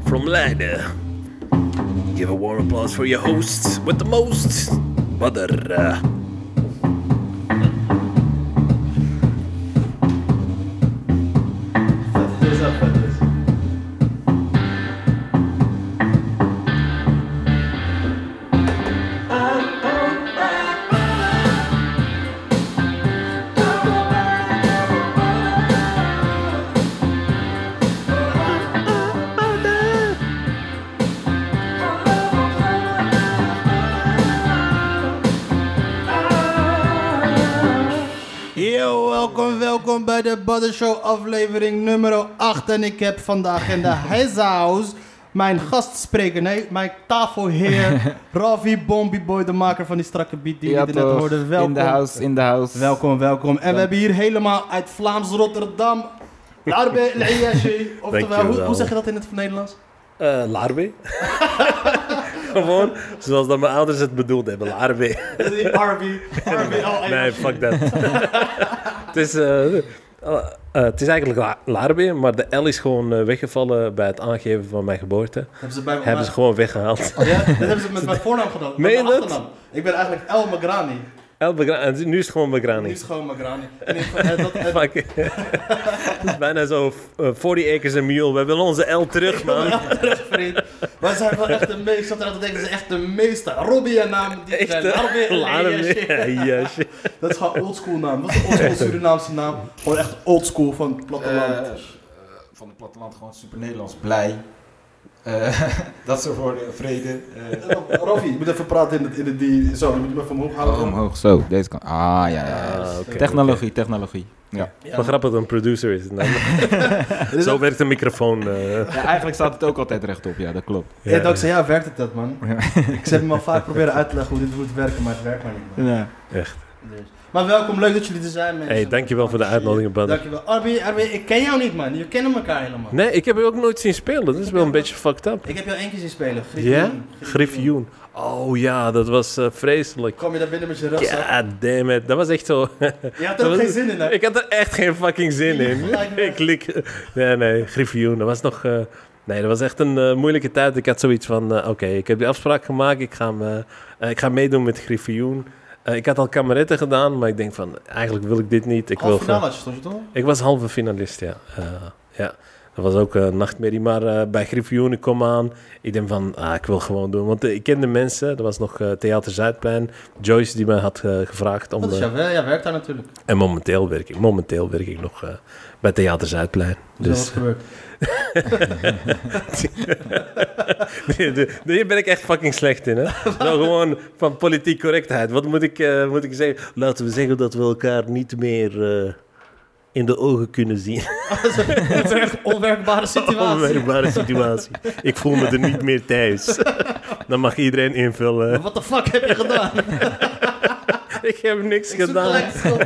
from Leiden. Give a warm applause for your host with the most, Mother. Welkom bij de Butter Show aflevering nummer 8. En ik heb vandaag in de huishouse mijn gastspreker, mijn tafelheer, Ravi Bombiboy, de maker van die strakke beat die je net hoorde. Welkom. In the house. Welkom. En we hebben hier helemaal uit Vlaams Rotterdam, Larbe Eliashi. Oftewel, hoe zeg je dat in het Nederlands? Larbe. Gewoon zoals dat mijn ouders het bedoeld hebben, Larbe. Arby. Nee, fuck dat. Het is eigenlijk Larbe, maar de L is gewoon weggevallen bij het aangeven van mijn geboorte. Hebben ze gewoon weggehaald. Oh ja, dat hebben ze met mijn voornaam gedaan. Meen je dat? Ik ben eigenlijk El Magrani. En nu is het gewoon Magrani. Fuck. Het is bijna zo 40 acres a mule. We willen onze L terug, man. Ja, terug, vriend. Wij zijn wel echt de meeste. Ik zat eraan te denken, ze zijn echt de meeste. Robbie en naam. Ja, shit. Dat is gewoon oldschool naam. Wat is een oldschool Surinaamse naam? Gewoon echt oldschool van het platteland. Van het platteland gewoon super Nederlands. Blij. Dat soort woorden, vrede. Rofie, je moet even praten in de die. Zo, je moet hem even omhoog houden. Omhoog, zo. Deze kan. Ja. Okay, Technologie. Ja. Wat grappig dat een producer is. Zo werkt een microfoon. Ja, eigenlijk staat het ook altijd rechtop, ja, dat klopt. Ja, ik zei, werkt het dat, man? Ja. Ik heb hem al vaak proberen uit te leggen hoe dit moet werken, maar het werkt maar niet, man. Ja. Echt. Dus. Maar welkom, leuk dat jullie er zijn, mensen. Hey, dankjewel voor de uitnodiging, Badr. Dankjewel. Arby, ik ken jou niet, man. Je kennen elkaar helemaal. Nee, ik heb je ook nooit zien spelen. Dat is wel een beetje fucked up. Ik heb jou 1 keer zien spelen. Ja? Griffioen. Oh ja, dat was vreselijk. Kwam je daar binnen met je rugzak? Ja, damn it. Dat was echt zo... Je had er ook geen zin in, hè? Ik had er echt geen fucking zin in. Ik lik... Nee, Griffioen. Dat was nog... Nee, dat was echt een moeilijke tijd. Ik had zoiets van... Oké, ik heb die afspraak gemaakt. Ik ga meedoen met Griffioen. Ik had al kameretten gedaan, maar ik denk van... Eigenlijk wil ik dit niet. Halve finalist, stond je toch? Ik was halve finalist, ja. Ja. Dat was ook een nachtmerrie, maar bij Griffioen, ik kom aan. Ik denk van, ik wil gewoon doen. Want ik kende mensen, dat was nog Theater Zuidplein. Joyce die mij had gevraagd om... Dat is jij werkt daar natuurlijk. En momenteel werk ik nog bij Theater Zuidplein. Dus wat gebeurt? Hier ben ik echt fucking slecht in, hè? Nou, gewoon van politiek correctheid. Wat moet ik zeggen? Laten we zeggen dat we elkaar niet meer... in de ogen kunnen zien. Onwerkbare situatie. Ik voel me er niet meer thuis. Dan mag iedereen invullen. Wat de fuck heb je gedaan? Ik heb niks gedaan.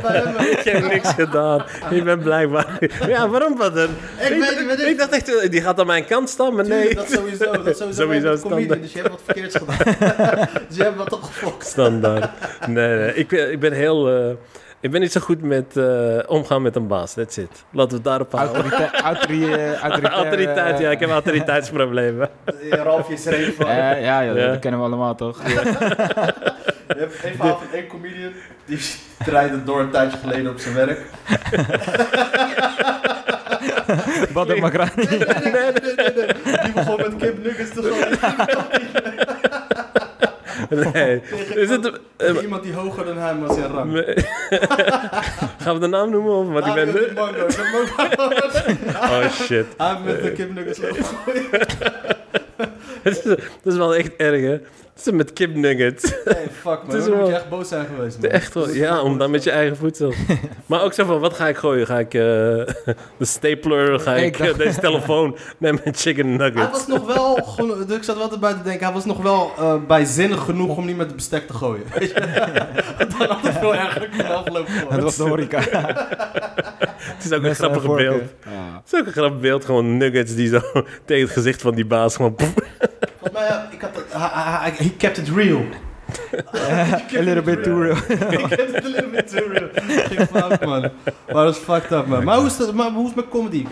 Ik ben blijkbaar... Ja, waarom wat dan? Ik dacht echt, die gaat aan mijn kant staan, maar nee. Dat sowieso comedian, dus je hebt wat verkeerds gedaan. Dus je hebt wat opgefokt. Standaard. Nee. Ik ben heel... Ik ben niet zo goed met omgaan met een baas. That's it. Laten we het daarop houden. Autoriteit, ja. Ik heb autoriteitsproblemen. Ralfje schreef van... Ja, dat kennen we allemaal, toch? Ja. Je hebt een verhaal van één comedian. Die draaide door een tijdje geleden op zijn werk. Badr Magrani. Nee. Die begon met kipnuggets te gooien. Nee. Tegen iemand die hoger dan hem was in rang. Gaan we de naam noemen? Of wat ik ben? Oh shit. Hij met de kipnuggets gegooid. Dat is wel echt erg, hè? Het is met kipnuggets. Hey, fuck man, dan moet je echt boos zijn geweest, man. Echt wel, ja, omdat met je eigen voedsel. Maar ook zo van, wat ga ik gooien? Ga ik de stapler, ga ik deze telefoon met mijn chicken nuggets? Hij was nog wel, ik zat wel erbij te denken, hij was nog wel bijzinnig genoeg om niet met het bestek te gooien. Weet je? Dan had het veel erger kunnen aflopen. Dat was de horeca. Het is ook een grappig beeld. Ja. Het is ook een grappig beeld, gewoon nuggets die zo tegen het gezicht van die baas gewoon... Volgens mij, he kept it real. A little bit too real. He kept it a little bit too real. Geen fout, man. Maar dat is fucked up, man. Maar hoe is het met comedy?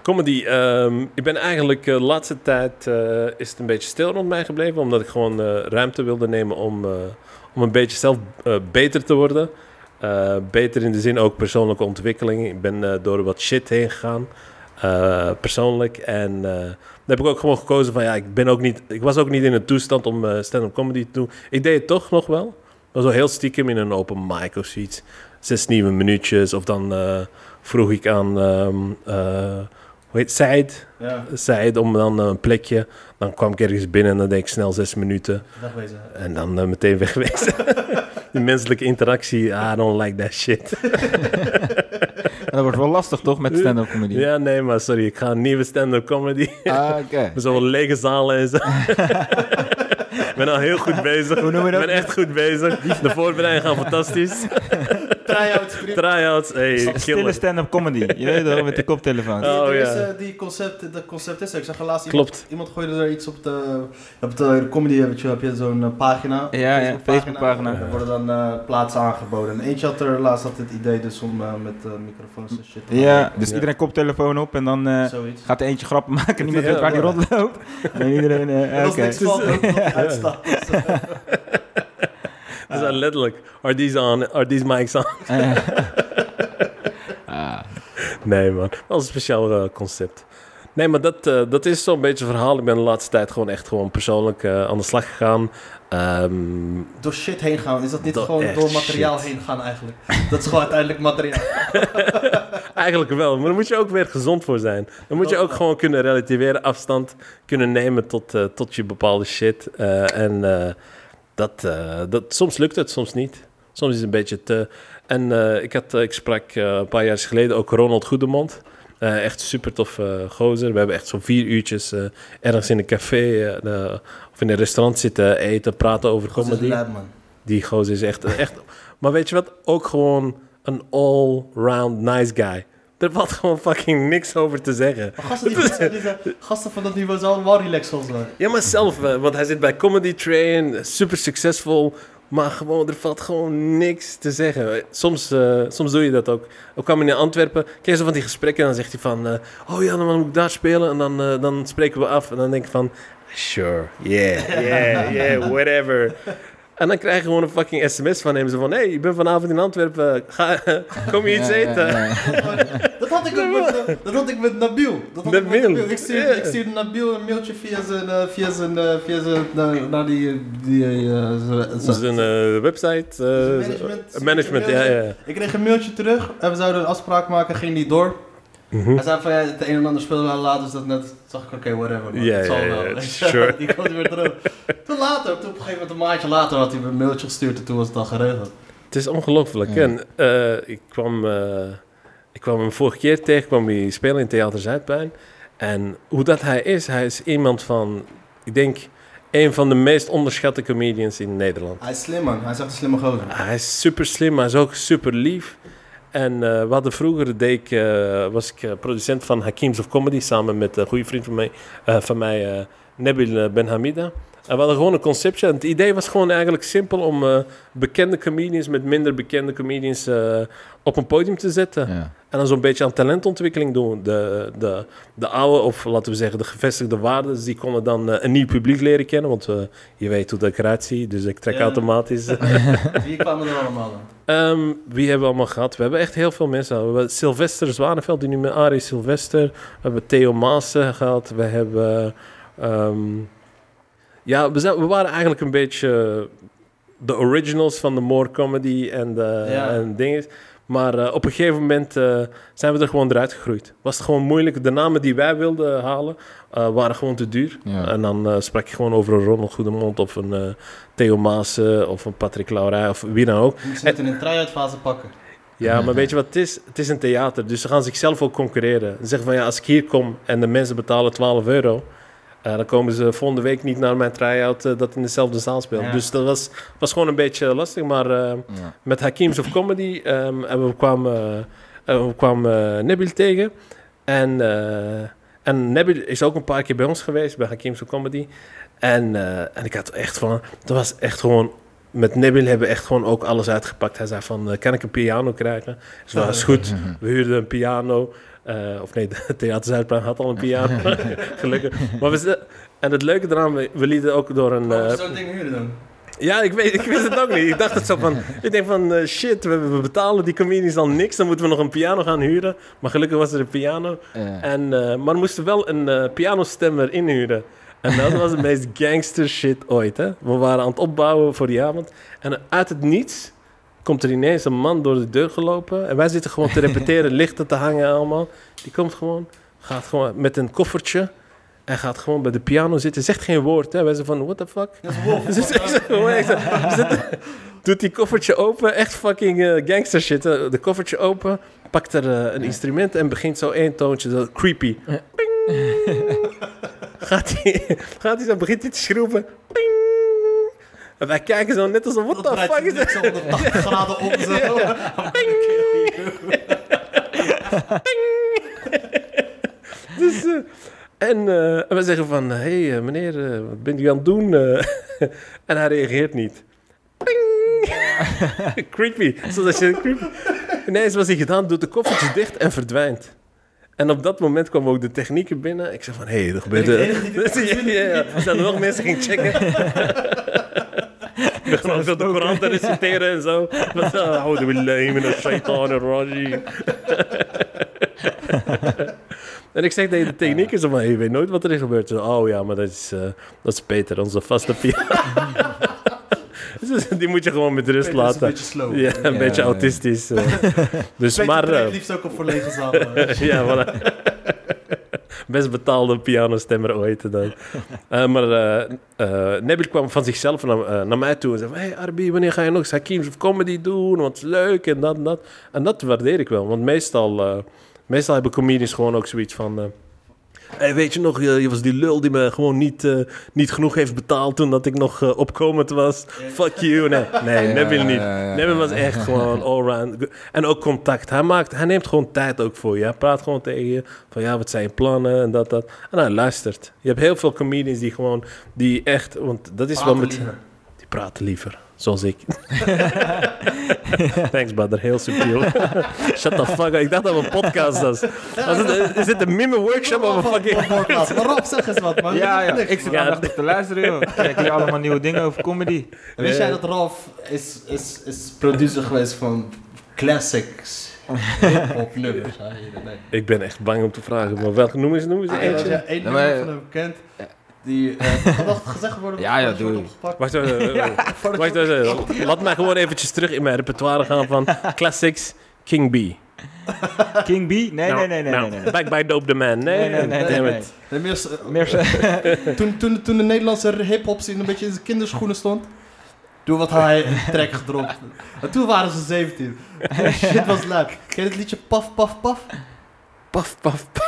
Comedy. Ik ben eigenlijk de laatste tijd is het een beetje stil rond mij gebleven. Omdat ik gewoon ruimte wilde nemen om een beetje zelf beter te worden. Beter in de zin ook persoonlijke ontwikkeling. Ik ben door wat shit heen gegaan. Persoonlijk. En dan heb ik ook gewoon gekozen van ik was ook niet in een toestand om stand-up comedy te doen. Ik deed het toch nog wel. Maar zo heel stiekem in een open mic of zoiets. 6 nieuwe minuutjes. Of dan vroeg ik aan hoe heet Said? Ja. Said om dan een plekje. Dan kwam ik ergens binnen en dan deed ik snel 6 minuten. Wegwezen. En dan meteen wegwezen. Die menselijke interactie, I don't like that shit. Dat wordt wel lastig, toch, met stand-up comedy? Ja, nee, maar sorry. Ik ga een nieuwe stand-up comedy. Oké. Met zo'n lege zalen en zo. Ik ben al heel goed bezig. Hoe noem je dat? Ik ben echt goed bezig. De voorbereidingen gaan fantastisch. Try-outs, vriend. Try-outs, hey, Stille killer. stand-up comedy. Je weet het wel, met de koptelefoon. Oh, Er is, ja. dat concept is er. Ik zag er laatst Klopt. iemand gooide er iets op de comedy, heb je zo'n pagina. Ja, Facebookpagina. Er worden dan plaatsen aangeboden. En eentje had er laatst het idee dus om met microfoons en shit te Ja, maken. dus iedereen koptelefoon op en dan Zoiets. gaat er eentje grappen maken. Niemand Ja, weet waar die maar- rondloopt. En iedereen, Er was oké. niks van, dat het uitstaat. Dat is letterlijk. Are these mics on? Nee, man. Dat was een speciaal concept. Nee, maar dat is zo'n beetje het verhaal. Ik ben de laatste tijd gewoon persoonlijk aan de slag gegaan. Door shit heen gaan, is dat niet Door gewoon echt door materiaal shit. heen gaan eigenlijk? Dat is gewoon uiteindelijk materiaal. Eigenlijk wel, maar daar moet je ook weer gezond voor zijn. Dan moet je ook gewoon kunnen relativeren, afstand kunnen nemen tot je bepaalde shit. Soms lukt het, soms niet. Soms is het een beetje te... En ik sprak een paar jaar geleden ook Ronald Goedemond. Echt super tof gozer. We hebben echt zo'n 4 uurtjes ergens in een café of in een restaurant zitten eten, praten over Dat is comedy. lijp, man. Die gozer is echt... Maar weet je wat? Ook gewoon een all-round nice guy. Er valt gewoon fucking niks over te zeggen. Maar gasten van dat niveau zijn allemaal relaxed volgens mij. Ja, maar zelf, want hij zit bij Comedy Train, super succesvol, maar gewoon, er valt gewoon niks te zeggen. Soms doe je dat ook. Ik kwam in Antwerpen, kreeg zo van die gesprekken en dan zegt hij van, oh ja, dan moet ik daar spelen en dan spreken we af. En dan denk ik van, sure, yeah, whatever. En dan krijg je gewoon een fucking sms van hem. Zo van, hey, ik ben vanavond in Antwerpen. Kom je iets eten? Dat had ik met Nabil. Nabil? Ik stuurde Nabil een mailtje via zijn naar Zijn website. Management, ja. Ik kreeg een mailtje terug en we zouden een afspraak maken, ging niet door. Hij zei van, het een en ander speelde wel laat, dus dat net zag ik, oké, whatever. Man. Ja, Het zal ja, wel. ja, Weet je. sure. Die kwam weer terug. Toen op een gegeven moment, een maandje later, had hij me een mailtje gestuurd en toen was het al geregeld. Het is ongelooflijk. Ja. En ik kwam hem vorige keer tegen, kwam hij spelen in Theater Zuidplein. En hoe dat hij is iemand van, ik denk, een van de meest onderschatte comedians in Nederland. Hij is slim, man. Hij is echt een slimme gozer. Hij is super slim, maar hij is ook super lief. En we hadden vroeger, was ik producent van Hakims of Comedy, samen met een goede vriend van mij Nabil Benhamida. En we hadden gewoon een conceptje. En het idee was gewoon eigenlijk simpel om bekende comedians met minder bekende comedians op een podium te zetten. Ja. En dan zo'n beetje aan talentontwikkeling doen. De oude, of laten we zeggen de gevestigde waarden, die konden dan een nieuw publiek leren kennen. Want je weet hoe dat eruit ziet, dus ik trek Ja. automatisch. Wie kwamen er allemaal dan? Wie hebben we allemaal gehad? We hebben echt heel veel mensen gehad. We hebben Sylvester Zwaneveld, die nu met Arie Sylvester. We hebben Theo Maassen gehad. We hebben... we waren eigenlijk een beetje de originals van de more comedy en dingen. Maar op een gegeven moment zijn we er gewoon eruit gegroeid. Was het gewoon moeilijk. De namen die wij wilden halen waren gewoon te duur. Ja. En dan sprak je gewoon over een Ronald Goedemond of een Theo Maassen of een Patrick Laurij of wie dan ook. Je moet ze niet in een try-out fase pakken. Ja, maar weet je wat het is? Het is een theater, dus ze gaan zichzelf ook concurreren. Ze zeggen van ja, als ik hier kom en de mensen betalen €12... dan komen ze volgende week niet naar mijn try-out dat in dezelfde zaal speelt. Ja. Dus dat was gewoon een beetje lastig. Maar met Hakims of Comedy en we kwamen Nabil tegen. En Nabil is ook een paar keer bij ons geweest, bij Hakims of Comedy. En ik had echt van... Dat was echt gewoon... Met Nabil hebben we echt gewoon ook alles uitgepakt. Hij zei van, kan ik een piano krijgen? Dus dat is goed. We huurden een piano. Of nee, de Theater Zuidplein had al een piano. Gelukkig. Maar en het leuke eraan, we lieten ook door een... zo'n ding huren dan? Ja, ik wist het ook niet. Ik dacht het zo van... Ik denk van, shit, we betalen die comedians al niks. Dan moeten we nog een piano gaan huren. Maar gelukkig was er een piano. Maar we moesten wel een pianostemmer inhuren. En dat was de meest gangster shit ooit, hè. We waren aan het opbouwen voor die avond. En uit het niets komt er ineens een man door de deur gelopen. En wij zitten gewoon te repeteren, lichten te hangen allemaal. Die komt gewoon, gaat gewoon met een koffertje... En gaat gewoon bij de piano zitten. Zegt geen woord. Hè. Wij zijn van, what the fuck? Dat is Wolf. Doet die koffertje open. Echt fucking gangster shit. De koffertje open. Pakt er een instrument. En begint zo één toontje. Zo creepy. Ping. Gaat hij zo. Begint hij te schroeven. Ping. En wij kijken zo net als een, what the fuck is dat? Zo 180 graden om zo. Ping. Dus... En we zeggen van, hey, meneer, wat bent u aan het doen? En hij reageert niet. Creepy. Zodat je creepy. Ineens was hij gedaan, doet de koffertjes dicht en verdwijnt. En op dat moment kwam ook de technieker binnen. Ik zei van, hey, er gebeurt... Ja. Er zijn nog mensen gingen checken. Ik begon ook zo de Koran te reciteren en zo. Houden we leven, een shaitan, een raji. En ik zeg tegen de technieker zo van, hey, je weet nooit wat er is gebeurd. Zo, oh ja, maar dat is Peter, onze vaste piano. Dus die moet je gewoon met rust laten. Een beetje slow. Ja, een beetje autistisch. Dus Peter maar... trekt liefst ook op voor lege zalen. Ja, voilà. Best betaalde pianostemmer ooit. Dan. Maar Nabil kwam van zichzelf naar mij toe en zei van, hey Arbi, wanneer ga je nog Hakims of Comedy doen? Want het is leuk en dat en dat. En dat waardeer ik wel, want meestal hebben comedians gewoon ook zoiets van... hey, weet je nog, je was die lul die me gewoon niet genoeg heeft betaald toen dat ik nog opkomend was. Fuck you. Nee, Nabil niet. Nabil was echt gewoon allround. En ook contact. Hij neemt gewoon tijd ook voor je. Hij praat gewoon tegen je van ja, wat zijn je plannen en dat. En hij luistert. Je hebt heel veel comedians die echt, want dat is wel met... Die praten liever. Zoals ik. Thanks, brother. Heel subtiel. Shut the fuck up. Ik dacht dat we een podcast was. Is dit een meme-workshop of een fucking... Maar Rob, zeg eens wat, man. Ja. Ik zit aandachtig te luisteren, joh. Ik kijk hier allemaal nieuwe dingen over comedy. Wist jij dat Ralf is producer geweest van classics, hip-hop nummers? Nee. Ik ben echt bang om te vragen, maar welke noemen ze eentje? Eén nummer van hem bekend. Die had dat gezegd worden. Ja, doe. Wacht even. Laat mij gewoon eventjes terug in mijn repertoire gaan van Classics, King B. King B? Nee. Back by Dope the Man. Nee. Toen de Nederlandse hip-hop scene een beetje in zijn kinderschoenen stond, toen had hij een track gedropt. En toen waren ze 17. Shit was lijp. Ken je het liedje Paf, Paf, Paf? Paf, paf, paf.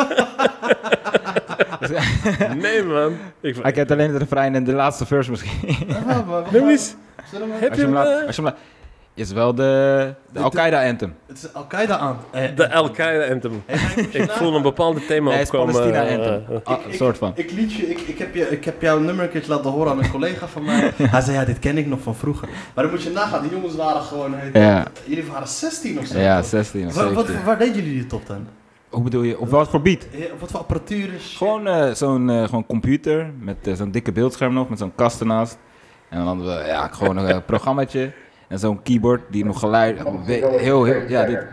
Nee, man. Ik kent alleen het refrein en de laatste verse misschien. Noem eens. Als je hem laat... Is wel de Al-Qaeda anthem. Het is Al-Qaeda aan. De Al-Qaeda anthem. Ik voel een bepaalde thema opkomen. Palestina anthem. Soort van. Ik heb jouw nummer een keertje laten horen aan een collega van mij. Hij zei, ja, dit ken ik nog van vroeger. Maar dan moet je nagaan, die jongens waren gewoon... Jullie waren 16 of zo. Ja, 16 of 17. Waar deden jullie dit op dan? Hoe bedoel je? Op wat voor beat? Op wat voor apparatuur is? Gewoon zo'n computer met zo'n dikke beeldscherm nog, met zo'n kast ernaast. En dan hadden we gewoon een programmaatje en zo'n keyboard die nog geluid... Heel, ja, dit...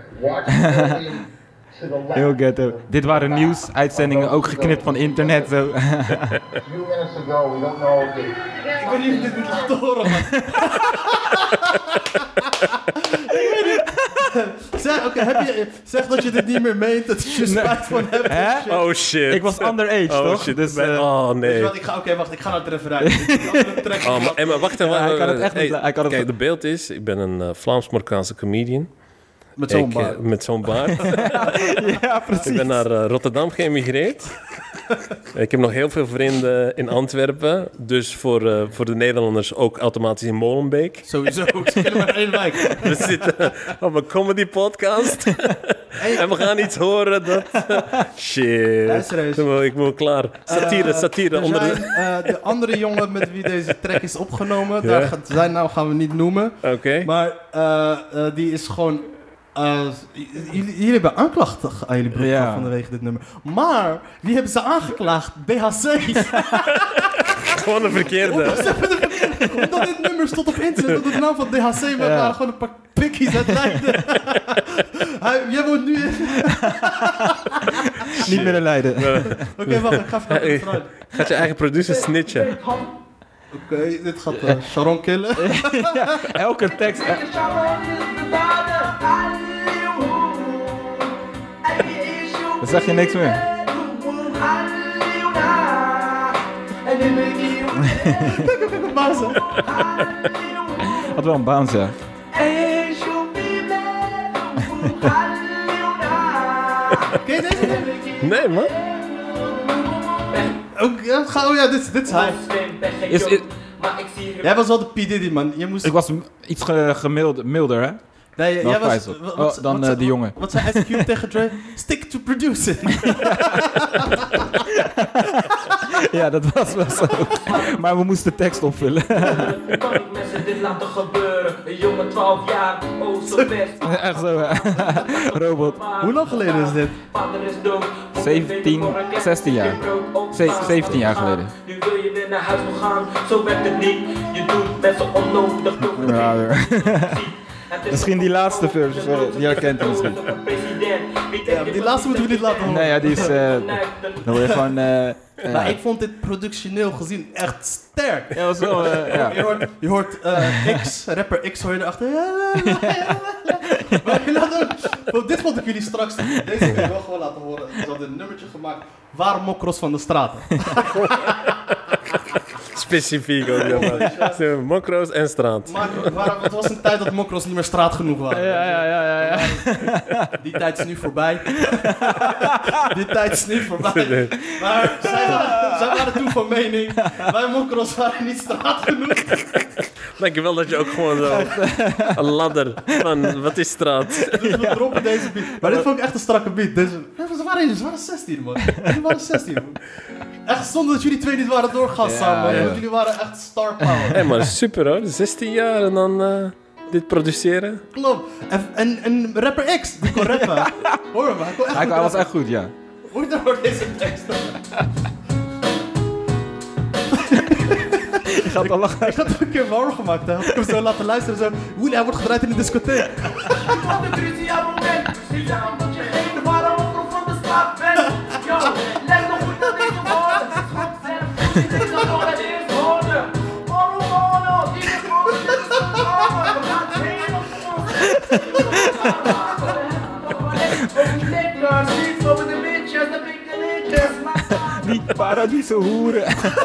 Heel ghetto. Dit waren nieuwsuitzendingen, ook geknipt van internet. Zo. Ik weet niet of dit moet laten horen, man. Zeg dat je dit niet meer meent, dat je spijt van hebt. Hè? Oh shit. Ik was underage, toch? Shit. Dus, oh nee. Wacht, ik ga naar het referuit. Maar wacht even. Hij kan het echt niet. Kijk, de beeld is, ik ben een Vlaams-Marokkaanse comedian. Met zo'n baard. Met zo'n baard. Ja, precies. Ik ben naar Rotterdam geëmigreerd. Ik heb nog heel veel vrienden in Antwerpen. Dus voor de Nederlanders ook automatisch in Molenbeek. Sowieso. Ik zit maar één wijk. We zitten op een comedy podcast. En we gaan iets horen dat... Shit. Ik moet klaar. Satire. De andere jongen met wie deze track is opgenomen, zijn naam gaan we niet noemen. Oké. Maar die is gewoon... Jullie hebben aanklachten aan jullie broek Ja. vanwege dit nummer. Maar wie hebben ze aangeklaagd? BHC. Gewoon een verkeerde. Omdat dit nummer stond op internet onder de naam van DHC. Maar waren gewoon een paar pikkies uit Leiden. Jij woont nu in... Niet meer in Leiden. Oké, wacht. Ik ga even naar de front. Gaat je eigen producer snitchen. Oké, dit gaat Sharon killen. Ja, elke tekst. Dan zeg je niks meer. Kijk, bounce. Had wel een bounce, ja. Ken je deze? Nee, man. Ja, dit is hij. Jij was wel de P. Diddy, man. Je moest... Ik was iets milder, hè? Nee, Dan jij was... Faisal. Dan die jongen. Wat zei Ice Cube tegen Dre? Stick to producing. Ja, dat was wel zo. Maar we moesten de tekst opvullen. Kan ik mensen dit laten gebeuren? Een jongen 12 jaar, oh zo best. Echt zo, hè? Robot. Hoe lang geleden is dit? Vader is dood. 16 jaar. 17 jaar geleden. Nu wil je weer naar huis toe gaan, zo werkt het niet. Je doet mensen onnodig. Ja, misschien die laatste verse, die herkent hij misschien. Ja, die laatste moeten we niet laten horen. Nee, ja, die is... dan wil je gewoon... Maar ik vond dit productioneel gezien echt sterk. Ja, was wel... ja. Je hoort X, rapper X hoor je erachter. Maar je laat ook... Dit vond ik jullie straks... Deze kun je wel gewoon laten horen. Ze hadden een nummertje gemaakt. Waar mokros van de straten. Specifiek ook, ja. Mokro's en straat. Maar het was een tijd dat mokros niet meer straat genoeg waren. Ja. Die tijd is nu voorbij. Die tijd is nu voorbij. Maar zij waren toen van mening. Wij mokros waren niet straat genoeg. Dankjewel dat je ook gewoon zo... Een ladder van, wat is straat? Dus we droppen deze beat. Maar dit vond ik echt een strakke beat. Ze waren 16, man. Jullie waren 16, man. Echt zonder dat jullie twee niet waren doorgaan samen, man. Want jullie waren echt star power. Hé, maar super hoor. 16 jaar en dan dit produceren. Klopt. En rapper X, die kon rappen. Hoor hem, hij kon echt goed Hij was rappen. echt goed, ja. Hoor je door deze tekst? Je gaat al lachen. Ik had hem een keer warm gemaakt, hè. Had ik hem zo laten luisteren. Zo, Woelie, hij wordt gedraaid in de discotheek. Die paradiese hoeren.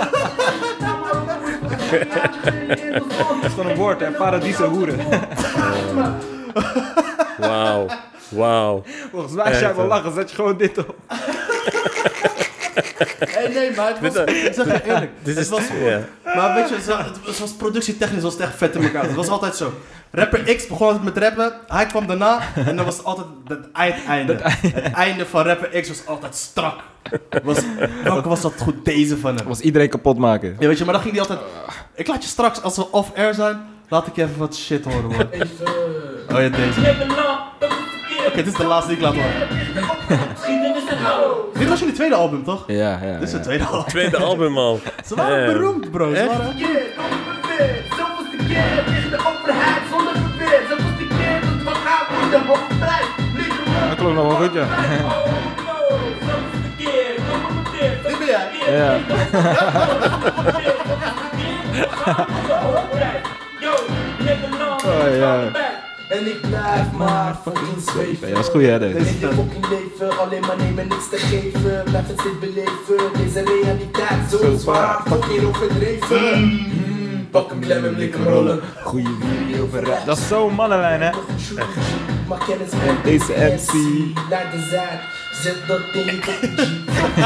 Dat is dan een woord, hè? Paradiese hoeren. Wauw. Volgens mij, als jij wil lachen, zet je gewoon dit op. Nee, maar het was... Ik zeg je eerlijk. Dit het is... was Ja. Maar weet je, het was productietechnisch was het echt vet in elkaar. Het was altijd zo. Rapper X begon altijd met rappen, hij kwam daarna en dan was het altijd het einde. Het einde van Rapper X was altijd strak. Welke was dat goed, deze van hem? Was iedereen kapot maken. Ja, weet je, maar dan ging hij altijd... Ik laat je straks, als we off-air zijn, laat ik je even wat shit horen, man. Oh ja, deze. Oké, dit is de laatste die ik laat horen. Dit was jullie tweede album, toch? Ja. Dit is het tweede album. Tweede album al. Ze waren Damn. beroemd, bro. Ze Echt? waren... Dat klopt nog wel goed, ja. Dit ben jij. Ja. Oh, ja. En ik blijf maar fucking zweven. Ja, dat is goed, hè, deze. In je fucking leven, alleen maar nemen, niks te geven. Blijf het steeds beleven, deze realiteit zo zwaar, fucking overdreven. Pak hem, klem hem, lik hem, rollen. Goeie video verrijden. Dat is zo'n mannenlijn, hè? Maar kennis met Deze MC. Leiden zijn, zet dat ding op de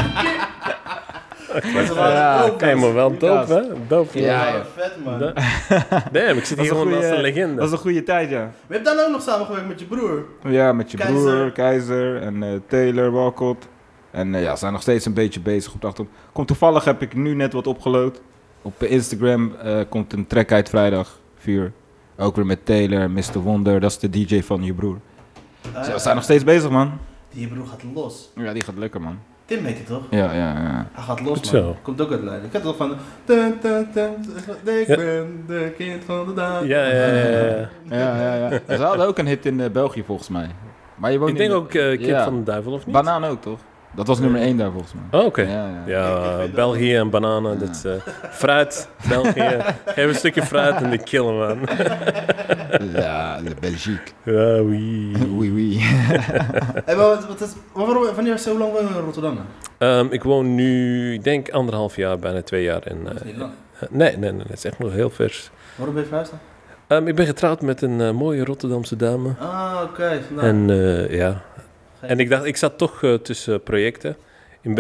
Maar ze waren ook Kijk, maar wel dope, hè? Dope. Ja, waren vet, man. Damn, ik zit hier gewoon als een legende. Dat is een goede tijd, ja. We hebben dan ook nog samengewerkt met je broer. Ja, met je Keizer. broer, Keizer en Taylor, Walcott. En ja, zijn nog steeds een beetje bezig op de achtergrond. Toevallig heb ik nu net wat opgeload. Op Instagram komt een track uit vrijdag, 4. Ook weer met Taylor, Mr. Wonder, dat is de DJ van je broer. Ze zijn nog steeds bezig, man. Die broer gaat los. Ja, die gaat lukken, man. Tim heet hij toch? Ja. Hij gaat los, Goed man. zo. Komt ook uit Leiden. Ik heb toch van... Ik ben de kind van de dag. Ja. Ze hadden ook een hit in België, volgens mij. Maar je woont Ik denk in- ook Kind Ja. van de Duivel, of niet? Banaan ook, toch? Dat was nummer 1 daar, volgens mij. Oh, oké. Ja. Ja, België en bananen, dat is fruit, België. Geef een stukje fruit en die killen, man. Ja, de Belgique. Ja, oui. Oui. Hey, maar wanneer is zo lang woon je in Rotterdam? Ik woon nu, ik denk 1,5 jaar, bijna 2 jaar. Dat is niet lang. Nee, het is echt nog heel vers. Waarom ben je verhuisd dan? Ik ben getrouwd met een mooie Rotterdamse dame. Ah, oké. vandaar. En ja, en ik dacht, ik zat toch tussen projecten. In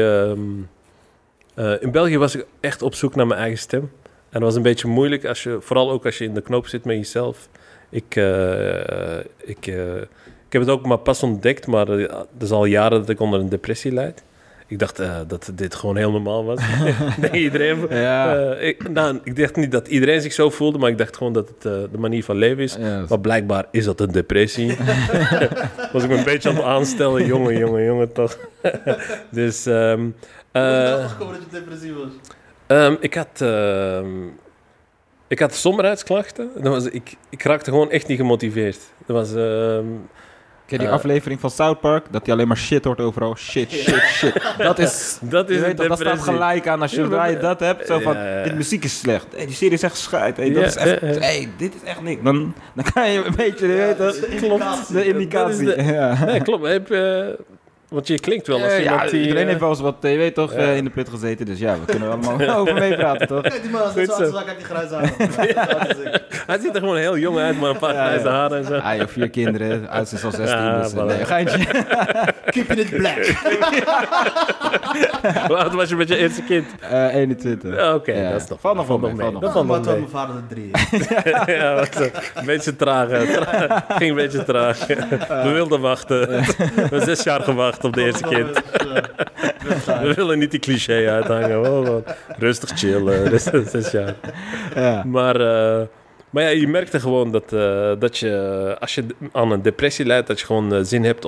België was ik echt op zoek naar mijn eigen stem. En dat was een beetje moeilijk, vooral ook als je in de knoop zit met jezelf. Ik heb het ook maar pas ontdekt, maar het is al jaren dat ik onder een depressie lijd. Ik dacht dat dit gewoon heel normaal was. Nee, iedereen. Ja. Ik dacht niet dat iedereen zich zo voelde, maar ik dacht gewoon dat het de manier van leven is. Ja. Maar blijkbaar is dat een depressie. Was ik me een beetje aan het aanstellen. Jongen, toch. Dus... Hoe is het nou gekomen dat je depressief was? ik had somberheidsklachten. Ik raakte gewoon echt niet gemotiveerd. Dat was... Ken je die aflevering van South Park? Dat hij alleen maar shit hoort overal. Shit. Dat is dat is je een weet toch, dat staat depressie. gelijk aan als je dat hebt. Zo van, Ja. dit muziek is slecht. Hey, die serie is echt schijt. Hey, dat Ja, is echt, ja. hey, dit is echt niks. Dan kan je een beetje, je weet toch, indicatie. de indicatie. Dat is Ja. Nee, klopt. Want je klinkt wel als iemand die... iedereen heeft wel eens wat, je weet toch, Ja. in de put gezeten. Dus ja, we kunnen er allemaal over meepraten, toch? Kijk, die man is net Goed zo zo. oud als ik die grijze aan. Hij ziet er gewoon heel jong uit, maar een paar grijze haren en zo. Hij heeft 4 kinderen, oudste is al 16, Ja, dus voilà. nee, geintje. Keep it black. Hoe oud was je met je eerste kind? 21. Ja, Oké, Ja. dat is nog Valt nog wel mee, mee. valt nog Dat Maar valt nog toen mee. mijn vader er 3 is. Ja, was een beetje traag. Ging een beetje traag. We wilden wachten. We hebben 6 jaar gewacht op de eerste kind. We willen niet die cliché uithangen. Gewoon rustig chillen. 6 jaar. Ja. Maar ja, je merkte gewoon dat je, als je aan een depressie lijdt, dat je gewoon zin hebt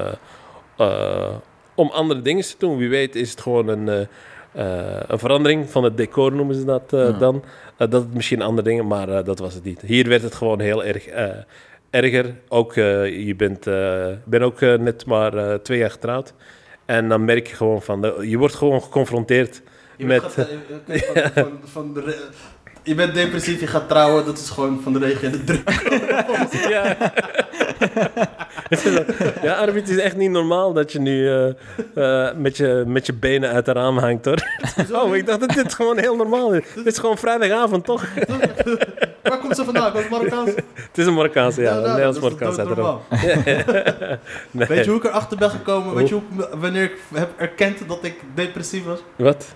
om andere dingen te doen. Wie weet is het gewoon een verandering van het decor, noemen ze dat dan. Dat het misschien andere dingen, maar dat was het niet. Hier werd het gewoon heel erg erger. Ook, je bent ook net maar 2 jaar getrouwd. En dan merk je gewoon je wordt gewoon geconfronteerd met... Je bent depressief, je gaat trouwen, dat is gewoon van de regen en de druk. Ja. Ja, Arvid, het is echt niet normaal dat je nu met je benen uit de raam hangt, hoor. Oh, ik dacht dat dit gewoon heel normaal is. Dit is gewoon vrijdagavond, toch? Waar komt ze vandaan? Komt het Marokkaans? Het is een Marokkaanse, ja. Een Nederlands-Marokkaans uit uiteraard. Nee. Weet je hoe ik erachter ben gekomen? Weet je wanneer ik heb erkend dat ik depressief was? Wat?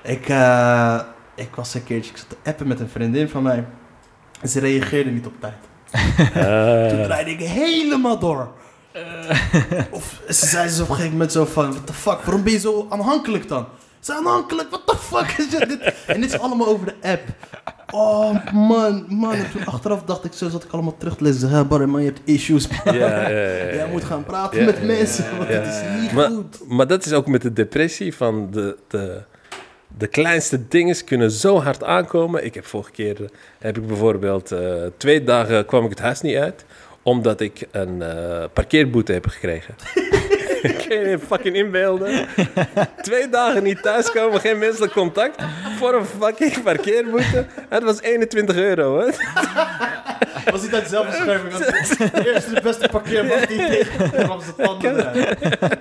Ik was een keertje, ik zat te appen met een vriendin van mij. En ze reageerde niet op tijd. Toen draaide ik helemaal door. Of ze zei ze op een gegeven moment zo van, what the fuck, waarom ben je zo aanhankelijk dan? Ze aanhankelijk, what the fuck is dit? En dit is allemaal over de app. Oh man. En toen achteraf dacht ik zo, zat ik allemaal terug te lezen. Ja, Barry, man, je hebt issues. Ja. Jij moet gaan praten Ja, met mensen, ja, want ja. het is niet Maar- goed. Maar dat is ook met de depressie van de kleinste dingen kunnen zo hard aankomen. Ik heb vorige keer, bijvoorbeeld 2 dagen kwam ik het huis niet uit, omdat ik een parkeerboete heb gekregen. Kun je je fucking inbeelden? 2 dagen niet thuiskomen, geen menselijk contact, voor een fucking parkeerboete. Het was €21, hè? Was niet uit zelfbescherming. De eerste de beste parkeerman die tegen op zijn tanden rijdt.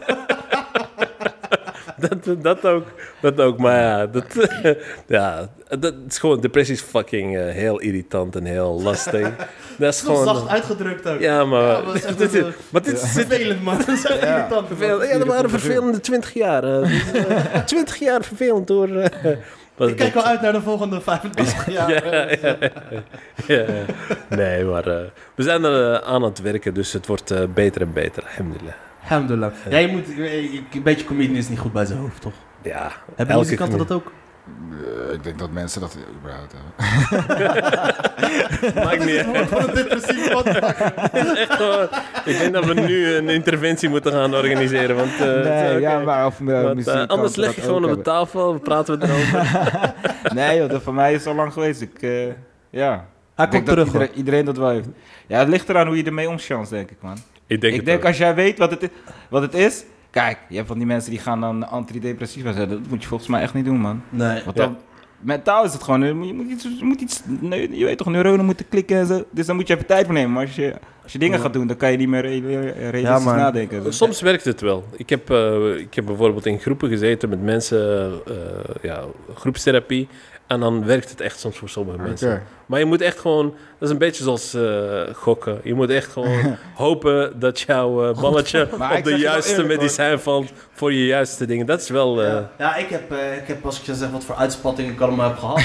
Dat ook, maar ja, dat is gewoon, depressie is fucking heel irritant en heel lastig. Dat is Zo zacht gewoon... uitgedrukt ook. Ja, maar... Ja, maar het is echt maar dit is vervelend, man. Dat is echt irritant. vervelend. Ja, dat waren vervelende 20 jaar. 20 jaar vervelend door... Ik kijk al uit naar de volgende 25 jaar. Ja. Nee, maar we zijn er aan het werken, dus het wordt beter en beter. Alhamdulillah. Alhamdulillah. Ja, een beetje comedian is niet goed bij zijn hoofd, toch? Ja, Hebben muzikanten dat ook? Ik denk dat mensen dat überhaupt hebben. Maakt niet uit. Van een depressieve podcast. Echt gewoon, ik denk dat we nu een interventie moeten gaan organiseren. Want, maar of want, muziek. anders leg je gewoon op de tafel, praten we erover. Nee joh, dat voor mij is al lang geweest. Hij Ik denk komt terug, dat iedereen dat wel heeft. Ja, het ligt eraan hoe je ermee omchance, denk ik, man. Ik denk Ik het denk ook. als jij weet wat het is... Kijk, je hebt van die mensen die gaan dan antidepressiva zetten. Dat moet je volgens mij echt niet doen, man. Nee. Want Ja. dan, mentaal is het gewoon... Je moet iets... Nee, je weet toch, neuronen moeten klikken en zo. Dus dan moet je even tijd voor nemen. Maar als je dingen gaat doen, dan kan je niet meer realistisch man. nadenken. Soms werkt het wel. Ik heb bijvoorbeeld in groepen gezeten met mensen, groepstherapie. En dan werkt het echt soms voor sommige mensen. Maar je moet echt gewoon... Dat is een beetje zoals gokken. Je moet echt gewoon hopen dat jouw balletje Maar op ik de zeg je wel juiste eerlijk, medicijn valt voor je juiste dingen. Dat is wel... Ja, ik heb, als ik je zeg wat voor uitspatting ik allemaal heb gehad,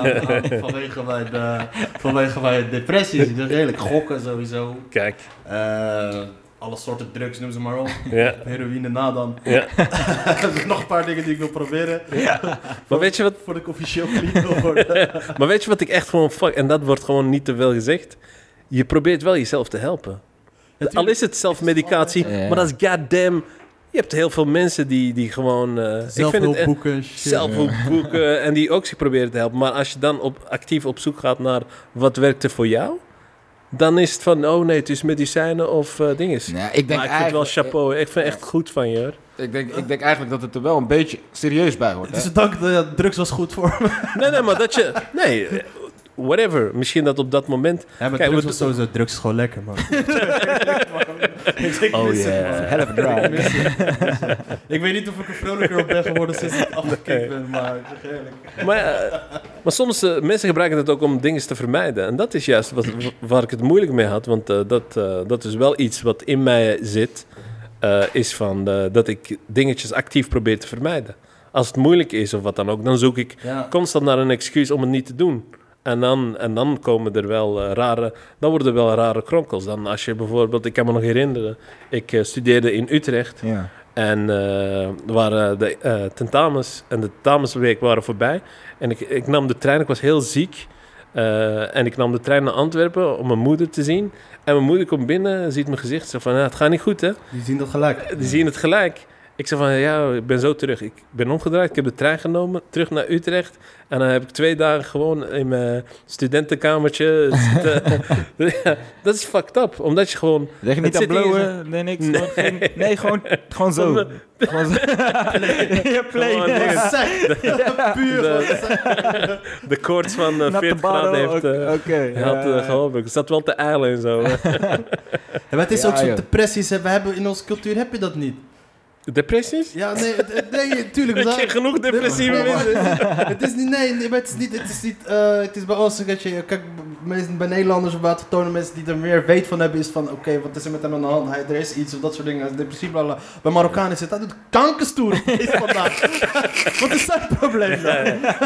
vanwege mijn depressies. Ik zeg eerlijk, gokken sowieso. Kijk. Alle soorten drugs, noem ze maar op. Ja. Heroïne na dan. Ja. Ik heb nog een paar dingen die ik wil proberen. Maar weet je wat... Voordat ik officieel clean wil worden. Maar weet je wat ik echt gewoon... En dat wordt gewoon niet te veel gezegd. Je probeert wel jezelf te helpen. Al is het zelfmedicatie, Ja. maar dat is goddamn... Je hebt heel veel mensen die gewoon... Zelfhulpboeken. shit. zelfhulpboeken en die ook zich proberen te helpen. Maar als je dan actief op zoek gaat naar wat werkt er voor jou... Dan is het van, oh nee, het is medicijnen of dinges. Nee, ik denk Maar ik vind het wel chapeau. Ik vind het echt goed van je, hoor. Ik denk eigenlijk dat het er wel een beetje serieus bij hoort. Het is Hè? een dank, drugs was goed voor me. Nee, maar dat je... Nee, whatever. Misschien dat op dat moment... Ja, maar Kijk, drugs we- was sowieso, drugs is gewoon lekker, man. Oh yeah. Hell of a drive. Ik weet niet of ik er vrolijker op ben geworden sinds ik afgekikt ben, maar ik zeg eerlijk. Maar soms, mensen gebruiken het ook om dingen te vermijden. En dat is juist waar ik het moeilijk mee had. Want dat is wel iets wat in mij zit. Is van dat ik dingetjes actief probeer te vermijden. Als het moeilijk is of wat dan ook, dan zoek ik Ja. constant naar een excuus om het niet te doen. En dan komen er wel dan worden er wel rare kronkels. Dan als je bijvoorbeeld, ik kan me nog herinneren, ik studeerde in Utrecht. Ja. En er waren de tentamens en de tentamensweek waren voorbij. En ik nam de trein, ik was heel ziek. En ik nam de trein naar Antwerpen om mijn moeder te zien. En mijn moeder komt binnen, ziet mijn gezicht. Zo van, ja, het gaat niet goed, hè? Die zien dat gelijk. Die zien het gelijk. Ik zei van, ja, ik ben zo terug. Ik ben omgedraaid, ik heb de trein genomen, terug naar Utrecht. En dan heb ik 2 dagen gewoon in mijn studentenkamertje zitten. Ja, dat is fucked up, omdat je gewoon... Zeg je niet Het aan zit in je blowen? Nee, niks. Nee, gewoon zo. Gewoon zo. Ja, play. Gewoon dingen. Puur De koorts van Not the 40 graden heeft... Oké. had geholpen. Ik zat wel te eilen en zo. Ja, maar het is Ja, ook zo joh. depressies. Hè. We hebben in onze cultuur heb je dat niet. Depressies? Ja, nee, tuurlijk. Ik ken genoeg depressieve Nee, maar- mensen. Het is niet, nee, maar het is bij ons, dat je, kijk, meestal bij Nederlanders of autochtone mensen die er meer weet van hebben, is van, oké, wat is er met hem aan de hand? Er is iets of dat soort dingen, hij is depressief, bla bla. Bij Marokkanen is het, hij doet kankerstoer op deze vandaag. Wat is zijn probleem dan?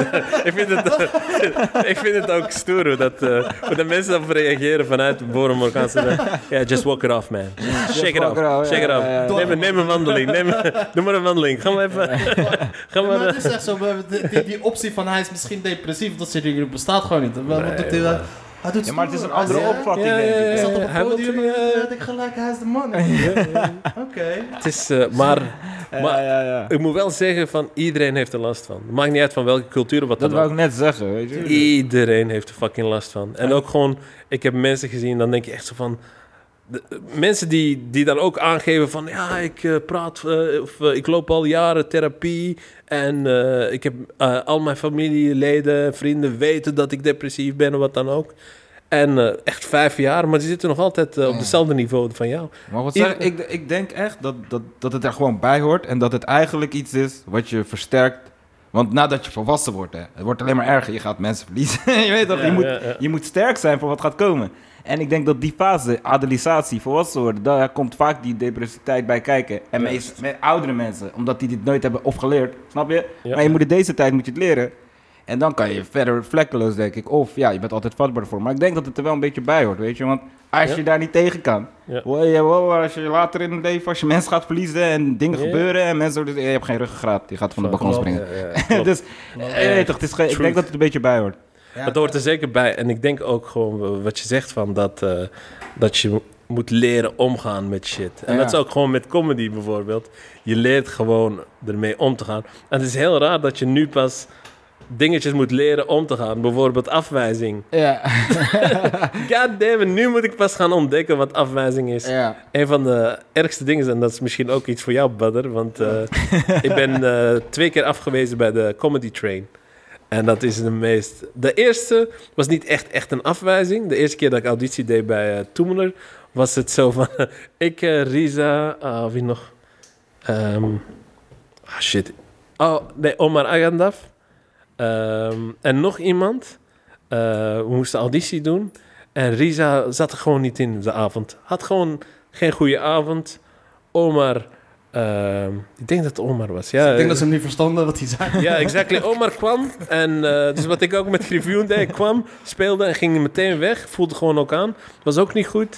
Ik vind het ook stoer hoe de mensen op reageren vanuit de Marokkaanse. Ja, just walk it off, man. Shake it off. Shake it off. Ja. Neem een wandeling. Doe maar een wandeling. Ga maar even. Ga Maar maar. het is echt zo, die optie van hij is misschien depressief, dat soort dingen bestaat gewoon niet. Wat doet hij? Hij doet Ja, maar het is een stoer. andere Hij- opvatting, Ja, denk ik. Hij zat op Hij het wil podium toen, en had ik gelijk, hij is de man. Oké. Het is, maar Ja. ik moet wel zeggen van iedereen heeft er last van. Het maakt niet uit van welke cultuur of wat Dat dan wou ook. ik net zeggen, weet je. Iedereen heeft er fucking last van. En ook gewoon, ik heb mensen gezien, dan denk je echt zo van... mensen die dan ook aangeven van... ja, ik praat... ik loop al jaren therapie... en ik heb al mijn familieleden, vrienden weten dat ik depressief ben... of wat dan ook. En echt 5 jaar, maar die zitten nog altijd op hetzelfde niveau van jou. Maar wat zeg ik denk echt dat het er gewoon bij hoort... en dat het eigenlijk iets is wat je versterkt... Want nadat je volwassen wordt, hè, het wordt alleen maar erger. Je gaat mensen verliezen. Je weet toch, je moet sterk zijn voor wat gaat komen. En ik denk dat die fase, adolescentie, volwassen worden... daar komt vaak die depressiviteit bij kijken. En met oudere mensen, omdat die dit nooit hebben of geleerd. Snap je? Ja. Maar je moet in deze tijd moet je het leren. En dan kan je verder vlekkeloos, denk ik. Of ja, je bent altijd vatbaar voor. Maar ik denk dat het er wel een beetje bij hoort, weet je. Want als je daar niet tegen kan. Als je later in het leven, als je mensen gaat verliezen en dingen gebeuren. En mensen, je hebt geen ruggengraat. Je gaat van de balkon springen. Dus toch, ik denk dat het een beetje bij hoort. Ja, dat hoort er zeker bij. En ik denk ook gewoon wat je zegt van dat je moet leren omgaan met shit. En dat is ook gewoon met comedy bijvoorbeeld. Je leert gewoon ermee om te gaan. En het is heel raar dat je nu pas dingetjes moet leren om te gaan. Bijvoorbeeld afwijzing. Ja. Goddamn, nu moet ik pas gaan ontdekken wat afwijzing is. Ja. Een van de ergste dingen, en dat is misschien ook iets voor jou, Badr. Want ik ben 2 keer afgewezen bij de Comedy Train. En dat is de eerste was niet echt een afwijzing. De eerste keer dat ik auditie deed bij Toemeler was het zo van... ik, Riza... wie nog? Shit. Omar Agandaf. En nog iemand. We moesten auditie doen. En Riza zat er gewoon niet in de avond. Had gewoon geen goede avond. Omar... ik denk dat het Omar was. Ja, ik denk dat ze hem niet verstonden wat hij zei. Ja, exactly. Omar kwam. En dus wat ik ook met Griffioen deed. Ik kwam, speelde en ging meteen weg. Voelde gewoon ook aan. Was ook niet goed.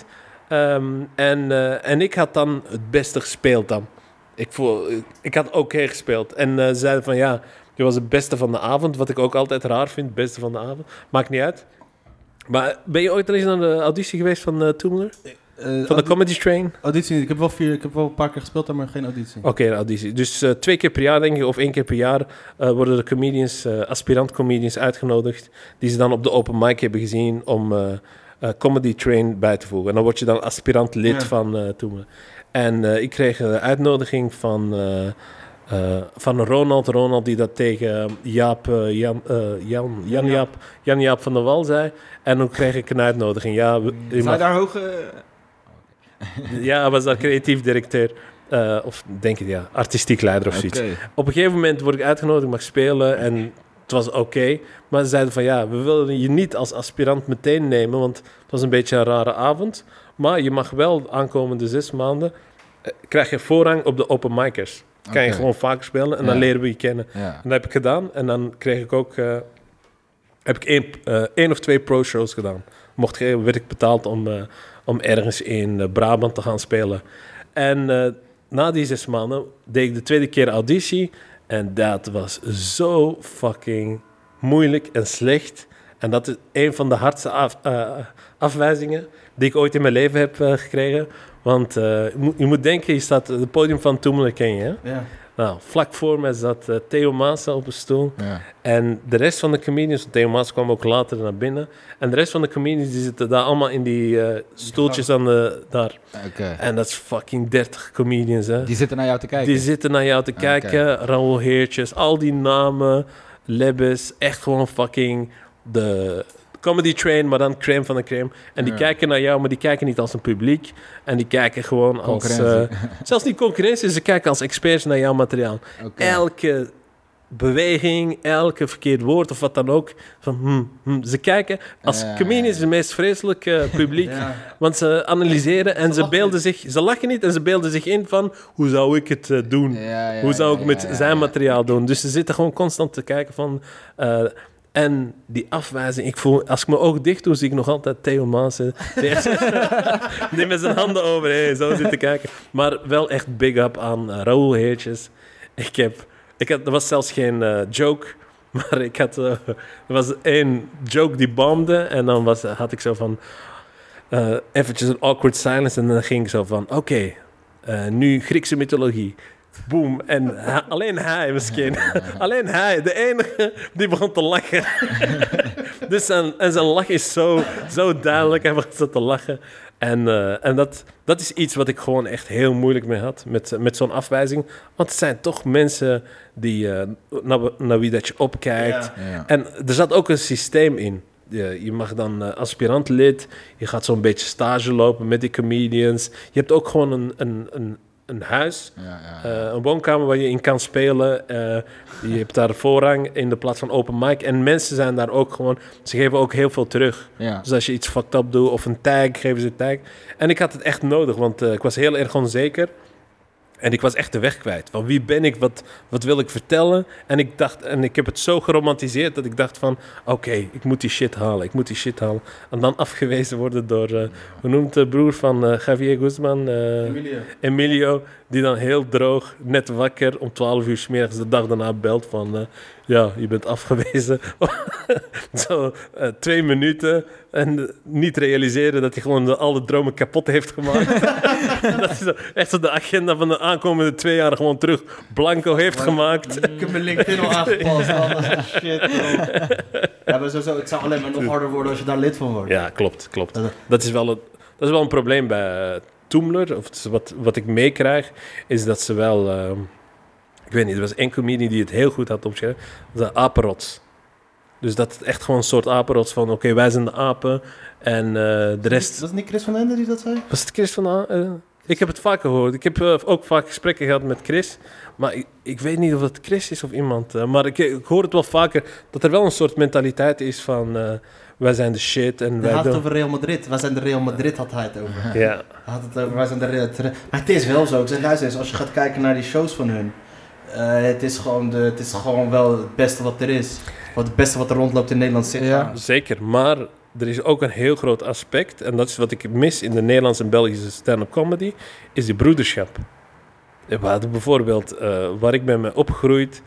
En ik had dan het beste gespeeld dan. Ik had oké gespeeld. En ze zeiden van ja, je was het beste van de avond. Wat ik ook altijd raar vind. Het beste van de avond. Maakt niet uit. Maar ben je ooit al eens naar de auditie geweest van Toemeler? Van de Comedy Train? Auditie, ik heb wel een paar keer gespeeld, maar geen auditie. Oké, auditie. Dus 2 keer per jaar, denk ik, of 1 keer per jaar worden de comedians, aspirant-comedians uitgenodigd, die ze dan op de open mic hebben gezien om Comedy Train bij te voegen. En dan word je dan aspirant-lid van Toemeler. En ik kreeg een uitnodiging van Ronald die dat tegen Jan-Jaap van der Wal zei. En toen kreeg ik een uitnodiging. Ja, Zou daar hoge... Ja, hij was daar creatief directeur. Of denk ik, ja, artistiek leider of zoiets. Op een gegeven moment word ik uitgenodigd, ik mag spelen en het was oké. Maar ze zeiden van ja, we willen je niet als aspirant meteen nemen, want het was een beetje een rare avond. Maar je mag wel aankomende 6 maanden, krijg je voorrang op de open micers. Kan je gewoon vaker spelen en dan leren we je kennen. Ja. En dat heb ik gedaan en dan kreeg ik ook... heb ik 1 of 2 pro-shows gedaan. Werd ik betaald om ergens in Brabant te gaan spelen. En na die 6 maanden deed ik de tweede keer auditie. En dat was zo fucking moeilijk en slecht. En dat is een van de hardste afwijzingen die ik ooit in mijn leven heb gekregen. Want je moet denken, je staat het podium van Toemeler, ken je, hè? Ja. Nou, vlak voor mij zat Theo Maas op een stoel. Ja. En de rest van de comedians... Theo Maas kwam ook later naar binnen. En de rest van de comedians die zitten daar allemaal in die stoeltjes daar. Okay. En dat is fucking 30 comedians, hè. Die zitten naar jou te kijken? Die zitten naar jou te kijken. Raoul Heertjes, al die namen. Lebbes, echt gewoon fucking de... Comedy Train, maar dan crème van de crème. En die kijken naar jou, maar die kijken niet als een publiek. En die kijken gewoon als... zelfs niet concurrentie, ze kijken als experts naar jouw materiaal. Okay. Elke beweging, elke verkeerd woord of wat dan ook. Ze kijken... Als comedian is het meest vreselijke publiek. Want ze analyseren en ze beelden zich... Ze lachen niet en ze beelden zich in van... Hoe zou ik het doen? Hoe zou ik met zijn materiaal doen? Dus ze zitten gewoon constant te kijken van... En die afwijzing, ik voel, als ik mijn ogen dicht doe, zie ik nog altijd Theo Maas. Die met zijn handen over, zo zit te kijken. Maar wel echt big up aan Raoul Heertjes. Er was zelfs geen joke, maar er was 1 joke die bombde. En dan had ik zo van, eventjes een awkward silence. En dan ging ik zo van, oké, nu Griekse mythologie. Boom. En alleen hij misschien. Alleen hij. De enige die begon te lachen. Dus zijn lach is zo duidelijk. Hij begon te lachen. En dat is iets wat ik gewoon echt heel moeilijk mee had. Met zo'n afwijzing. Want het zijn toch mensen die, naar wie dat je opkijkt. Ja. En er zat ook een systeem in. Je mag dan aspirant-lid. Je gaat zo'n beetje stage lopen met die comedians. Je hebt ook gewoon een huis, een woonkamer waar je in kan spelen. Je hebt daar voorrang in de plaats van open mic. En mensen zijn daar ook gewoon... Ze geven ook heel veel terug. Ja. Dus als je iets fucked up doet of een tag, geven ze een tag. En ik had het echt nodig, want ik was heel erg onzeker. En ik was echt de weg kwijt. Van wie ben ik? Wat wil ik vertellen? En ik heb het zo geromantiseerd dat ik dacht van... Oké, ik moet die shit halen. En dan afgewezen worden door... hoe noemt de broer van Javier Guzman? Emilio. Die dan heel droog, net wakker... om 12 uur 's middags de dag daarna belt van... ja, je bent afgewezen. Zo 2 minuten. En niet realiseren dat hij gewoon alle dromen kapot heeft gemaakt. Dat hij echt zo de agenda van de aankomende 2 jaar gewoon terug blanco heeft gemaakt. Ik heb mijn LinkedIn al aangepast. Shit, ja, maar sowieso, het zou alleen maar nog harder worden als je daar lid van wordt. Ja, klopt. Dat is wel een probleem bij Tumblr. Of wat ik meekrijg, is dat ze wel... ik weet niet, er was één comedian die het heel goed had opgeschreven. De apenrots. Dus dat het echt gewoon een soort apenrots van... Oké, wij zijn de apen en de rest... Was het niet Chris van Ende die dat zei? Was het Chris van... ik heb het vaak gehoord. Ik heb ook vaak gesprekken gehad met Chris. Maar ik weet niet of het Chris is of iemand. Maar ik hoor het wel vaker dat er wel een soort mentaliteit is van... wij zijn de shit en hij had het over Real Madrid. Wij zijn de Real Madrid, had hij het over. Ja. Hij had het over, wij zijn de Real... Maar het is wel zo. Ik zeg, luister eens, als je gaat kijken naar die shows van hun... het is gewoon wel het beste wat er is. Het beste wat er rondloopt in Nederland zit. Ja. Zeker, maar er is ook een heel groot aspect... en dat is wat ik mis in de Nederlandse en Belgische stand-up comedy... is die broederschap. We hadden bijvoorbeeld, waar ik ben mee opgegroeid...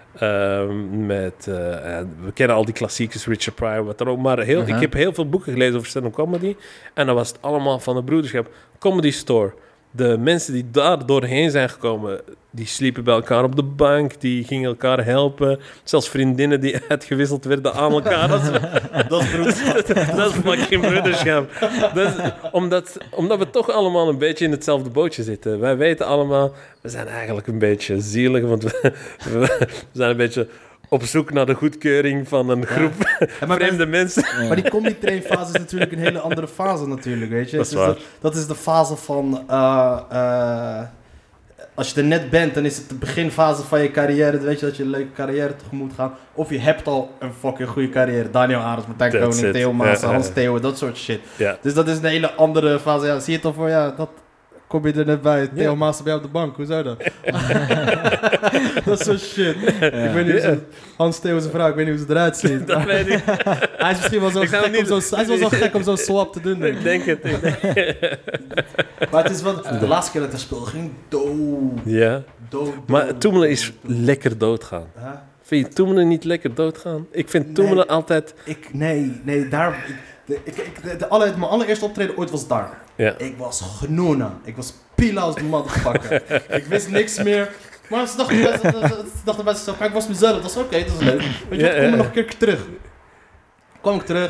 we kennen al die klassiekers, Richard Pryor, wat dan ook... maar ik heb heel veel boeken gelezen over stand-up comedy... en dan was het allemaal van de broederschap. Comedy Store. De mensen die daar doorheen zijn gekomen... die sliepen bij elkaar op de bank, die gingen elkaar helpen. Zelfs vriendinnen die uitgewisseld werden aan elkaar. Dat is broederschap. Dat is fucking broederschap. Omdat we toch allemaal een beetje in hetzelfde bootje zitten. Wij weten allemaal, we zijn eigenlijk een beetje zielig, want we zijn een beetje... op zoek naar de goedkeuring van een groep vreemde mensen. Ja. Maar die comedy train fase is natuurlijk een hele andere fase natuurlijk, weet je. Dat is de fase van... als je er net bent, dan is het de beginfase van je carrière. Dan weet je dat je een leuke carrière tegemoet gaat. Of je hebt al een fucking goede carrière. Daniel Arends, Martijn Koning, Theo Maas, Hans Theo, dat soort shit. Yeah. Dus dat is een hele andere fase. Ja, zie je toch voor, dat... Kom je er net bij, Theo Maas bij op de bank, hoe zou dat? Dat is zo shit. Ik weet niet hoe Hans Theo zijn vrouw, ik weet niet hoe ze eruit ziet. Dat weet ik. Hij is misschien wel zo gek om zo'n swap te doen. Ik denk het. Maar het is wel, de laatste keer dat ik dat speelde, ging dood. Ja. Maar Toemelen is lekker doodgaan. Huh? Vind je Toemelen niet lekker doodgaan? Ik vind Toemelen altijd... Nee, daar... Mijn allereerste optreden ooit was daar. Ja. Ik was genoena. Ik was pila als de motherfucker. Ik wist niks meer. Maar ze dachten bij zichzelf, ik was mezelf. Dat is oké, dat is leuk. Weet je, kom er nog een keer terug. Kwam ik terug.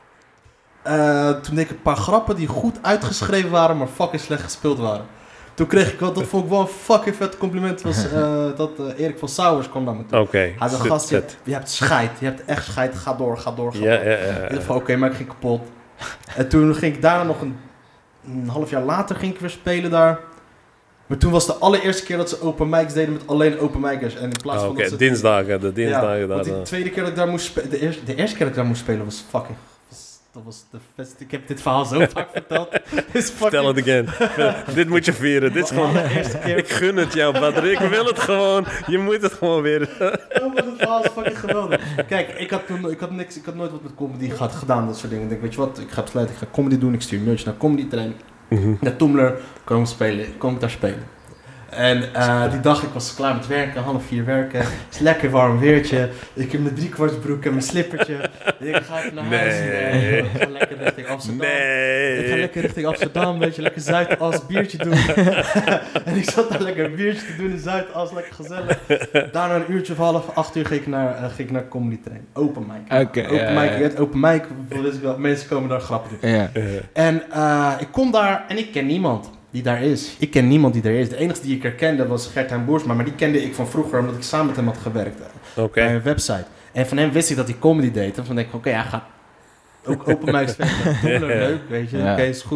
Toen deed ik een paar grappen die goed uitgeschreven waren, maar fucking slecht gespeeld waren. Toen kreeg ik dat vond ik wel een fucking vet compliment. Was dat Erik van Sauers kwam naar me toe. Okay, hij zei, gast, je hebt scheid. Je hebt echt scheid. Ga door. Ja. Ik dacht van, oké, maar ik ging kapot. En toen ging ik daarna nog een half jaar later ging ik weer spelen daar. Maar toen was de allereerste keer dat ze open mics deden met alleen open micers. En in plaats van dat ze... dinsdagen. De dinsdagen. Ja, want die tweede keer dat ik daar moest spelen... De eerste keer dat ik daar moest spelen was fucking... Dat was de beste. Ik heb dit verhaal zo vaak verteld. Vertel het again. Dit moet je vieren. Dit is gewoon... Ik gun het jou, Badr. Ik wil het gewoon. Je moet het gewoon weer. Het verhaal is fucking geweldig. Kijk, ik had nooit wat met comedy gedaan. Dat soort dingen. Ik denk, weet je wat? Ik ga besluiten. Ik ga comedy doen. Ik stuur merch naar Comedy Train. Naar Tumblr. Kom ik daar spelen. En die dag, ik was klaar met werken, 3:30 werken. Het is lekker warm weertje. Ik heb mijn 3/4 en mijn slippertje. Ik ga even naar huis. Ik ga lekker richting Amsterdam. Ik ga lekker richting Amsterdam, weet je, lekker Zuidas, biertje doen. En ik zat daar lekker een biertje te doen in Zuidas, lekker gezellig. Daarna een uurtje of 7:30 ging ik naar Comedy Train. Open mic. Open mic, mensen komen daar grappen doen. En ik kom daar en ik ken niemand die daar is. Ik ken niemand die daar is. De enige die ik herkende was Gert-Hein Boersma, maar die kende ik van vroeger omdat ik samen met hem had gewerkt bij een website. En van hem wist ik dat hij comedy deed. En van denk ik, hij gaat ook open mic spelen. Leuk, weet je. Oké, is goed.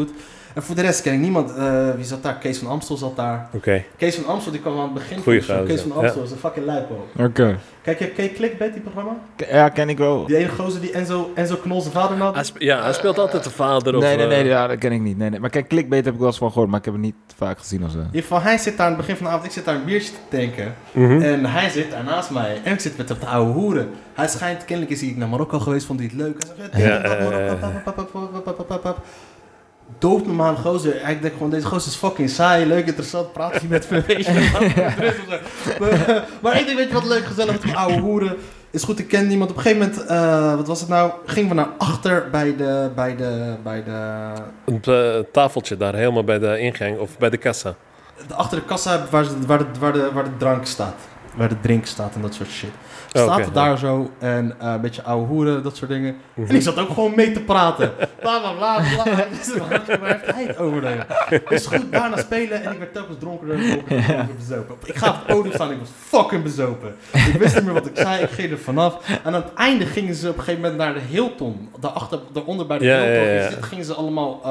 En voor de rest ken ik niemand. Wie zat daar? Kees van Amstel zat daar. Oké. Kees van Amstel die kwam aan het begin Goeie van de show. gozer, Kees van Amstel is een fucking lijpo. Oké. Kijk je Clickbait, die programma? Ja, ken ik wel. Die ene gozer die Enzo Knol zijn vader had? Hij speelt altijd de vader. Nee, ja, dat ken ik niet. Nee. Maar kijk, Clickbait heb ik wel eens van gehoord, maar ik heb het niet vaak gezien of zo. In ieder geval, hij zit daar aan het begin van de avond, ik zit daar een biertje te tanken. En hij zit daar naast mij. En ik zit met de oude hoeren. Hij schijnt, kennelijk is hij naar Marokko geweest, vond hij het leuk. Hij zegt, doodnormaal gozer. Ik denk gewoon, deze gozer is fucking saai, leuk, interessant. Praat hij met me, weet je. Maar ik denk, weet je wat leuk, gezellig met mijn oude hoeren. Is goed, ik ken niemand. Op een gegeven moment, wat was het nou? Gingen we naar achter bij de... Een tafeltje daar, helemaal bij de ingang of bij de kassa. Achter de kassa waar de drank staat. Waar de drink staat en dat soort shit. Staat er daar zo en een beetje ouwe hoeren, dat soort dingen. En ik zat ook gewoon mee te praten. Bla bla bla bla. Waar heeft hij het over? Dus goed, daarna spelen en ik werd telkens dronkerder bezopen. Ik ga op het podium staan en ik was fucking bezopen. Ik wist niet meer wat ik zei, ik ging er vanaf. En aan het einde gingen ze op een gegeven moment naar de Hilton. Daaronder bij de Hilton gingen ze allemaal...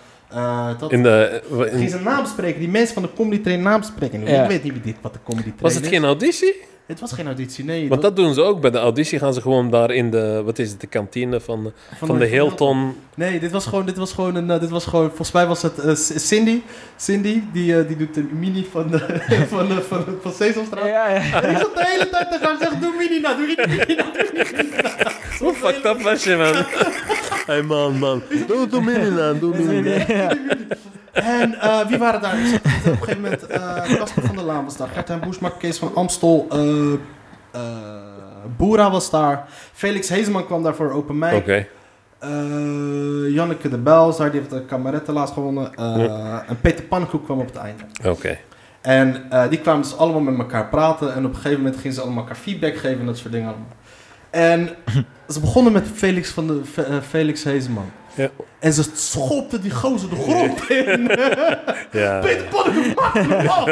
gingen ze naam spreken, die mensen van de comedy train naam spreken. Ik weet niet wat de comedy train was het geen auditie? Het was geen auditie, nee. Want dat doen ze ook. Bij de auditie gaan ze gewoon daar in de, wat is het, de kantine van de Hilton. Nee, dit was gewoon, volgens mij was het Cindy. Cindy, die doet de mini van Sesamstraat. Ja. En ik zat de hele tijd te gaan zeggen, doe mini nou, doe mini nou. Hoe fucked up was je, man? Hey man. Doe mini nou, doe mini nou. En wie waren daar? Ik zat op een gegeven moment Casper van der Laan was daar. Gert-Hein Boersma, Kees van Amstel, Boera was daar. Felix Heeseman kwam daar voor open mic. Oké. Janneke de Bijl was daar, die heeft de kameretten laatst gewonnen. En Peter Pannenkoek kwam op het einde. Oké. En die kwamen dus allemaal met elkaar praten. En op een gegeven moment gingen ze allemaal elkaar feedback geven en dat soort dingen allemaal. En ze begonnen met Felix Heeseman. Ja. En ze schopten die gozer de grond in. Ja. Peter Pannenkoek, maak hem af!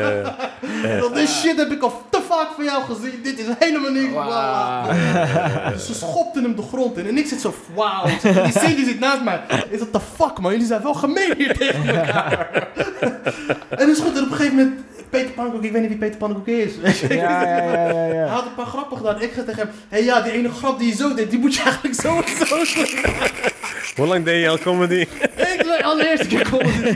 Ja. Dit shit heb ik al te vaak van jou gezien. Dit is helemaal niet... Wow. Dus ze schopten hem de grond in. En ik zit zo, wauw. Die Cindy zit naast mij. Ik zat, the fuck man, jullie zijn wel gemeen hier tegen elkaar. En dus goed, en op een gegeven moment... Peter Pannenkoek, ik weet niet wie Peter Pannenkoek is. Ja. Hij had een paar grappen gedaan. Ik zei tegen hem, die ene grap die je zo deed, die moet je eigenlijk zo doen. Hoe lang deed je al comedy? Ik zei allereerste keer comedy.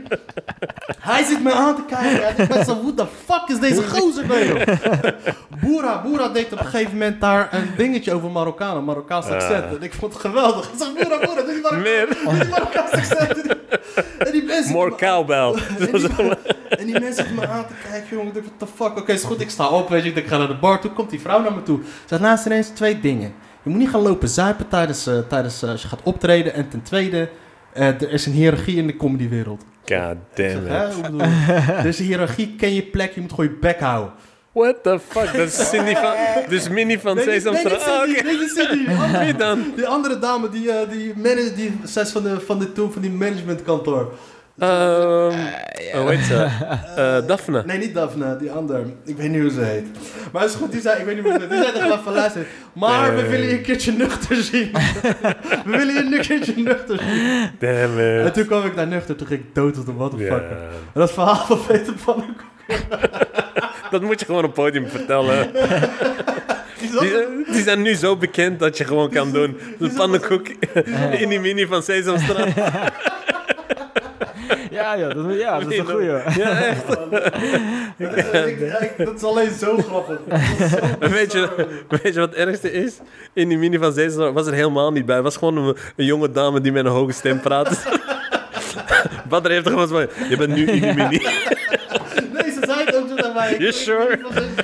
Hij zit me aan te kijken. Ik dacht zo, what the fuck is deze gozer nou? Boera deed op een gegeven moment daar een dingetje over Marokkanen, Marokkaans accent. En ik vond het geweldig. Ik zei, Boera, doe die Marokkaans accent. En die mensen... More cowbell. En die mensen zitten me aan te kijken, jongen. Ik dacht, what the fuck? Oké, is goed, ik sta op, weet je. Ik ga naar de bar toe, komt die vrouw naar me toe. Ze zegt, naast ineens 2 dingen. Je moet niet gaan lopen zuipen tijdens als je gaat optreden. En ten tweede, er is een hiërarchie in de comedywereld. God damn it. Er is een hiërarchie, ken je plek, je moet gewoon je bek houden. What the fuck? Dat is Cindy van... Dus Mini van Sesamstraat. Wie dan? Die andere dame, die zes van die managementkantoor. Hoe heet ze? Daphne. Nee, niet Daphne, die ander. Ik weet niet hoe ze heet. Maar het is goed, die zei, ik weet niet hoe ze heet. Die zei tegen van luister. Maar we willen je een keertje nuchter zien. We willen je een keertje nuchter zien. Damn it. En toen kwam ik naar nuchter, toen ging ik dood op de motherfucker. En dat verhaal van Peter Pannenkoek. Dat moet je gewoon op het podium vertellen. Die zijn nu zo bekend dat je gewoon kan doen. De Pannenkoek in die Mini van Sesamstraat. Dat is een goeie. Ja, echt. Dat is alleen zo grappig. Weet je wat het ergste is? In die Mini van Sesamstraat was er helemaal niet bij. Het was gewoon een jonge dame die met een hoge stem praatte. Badr heeft er gewoon zo van, je bent nu in die Mini. Nee, ze zei het ook zo naar mij. You sure?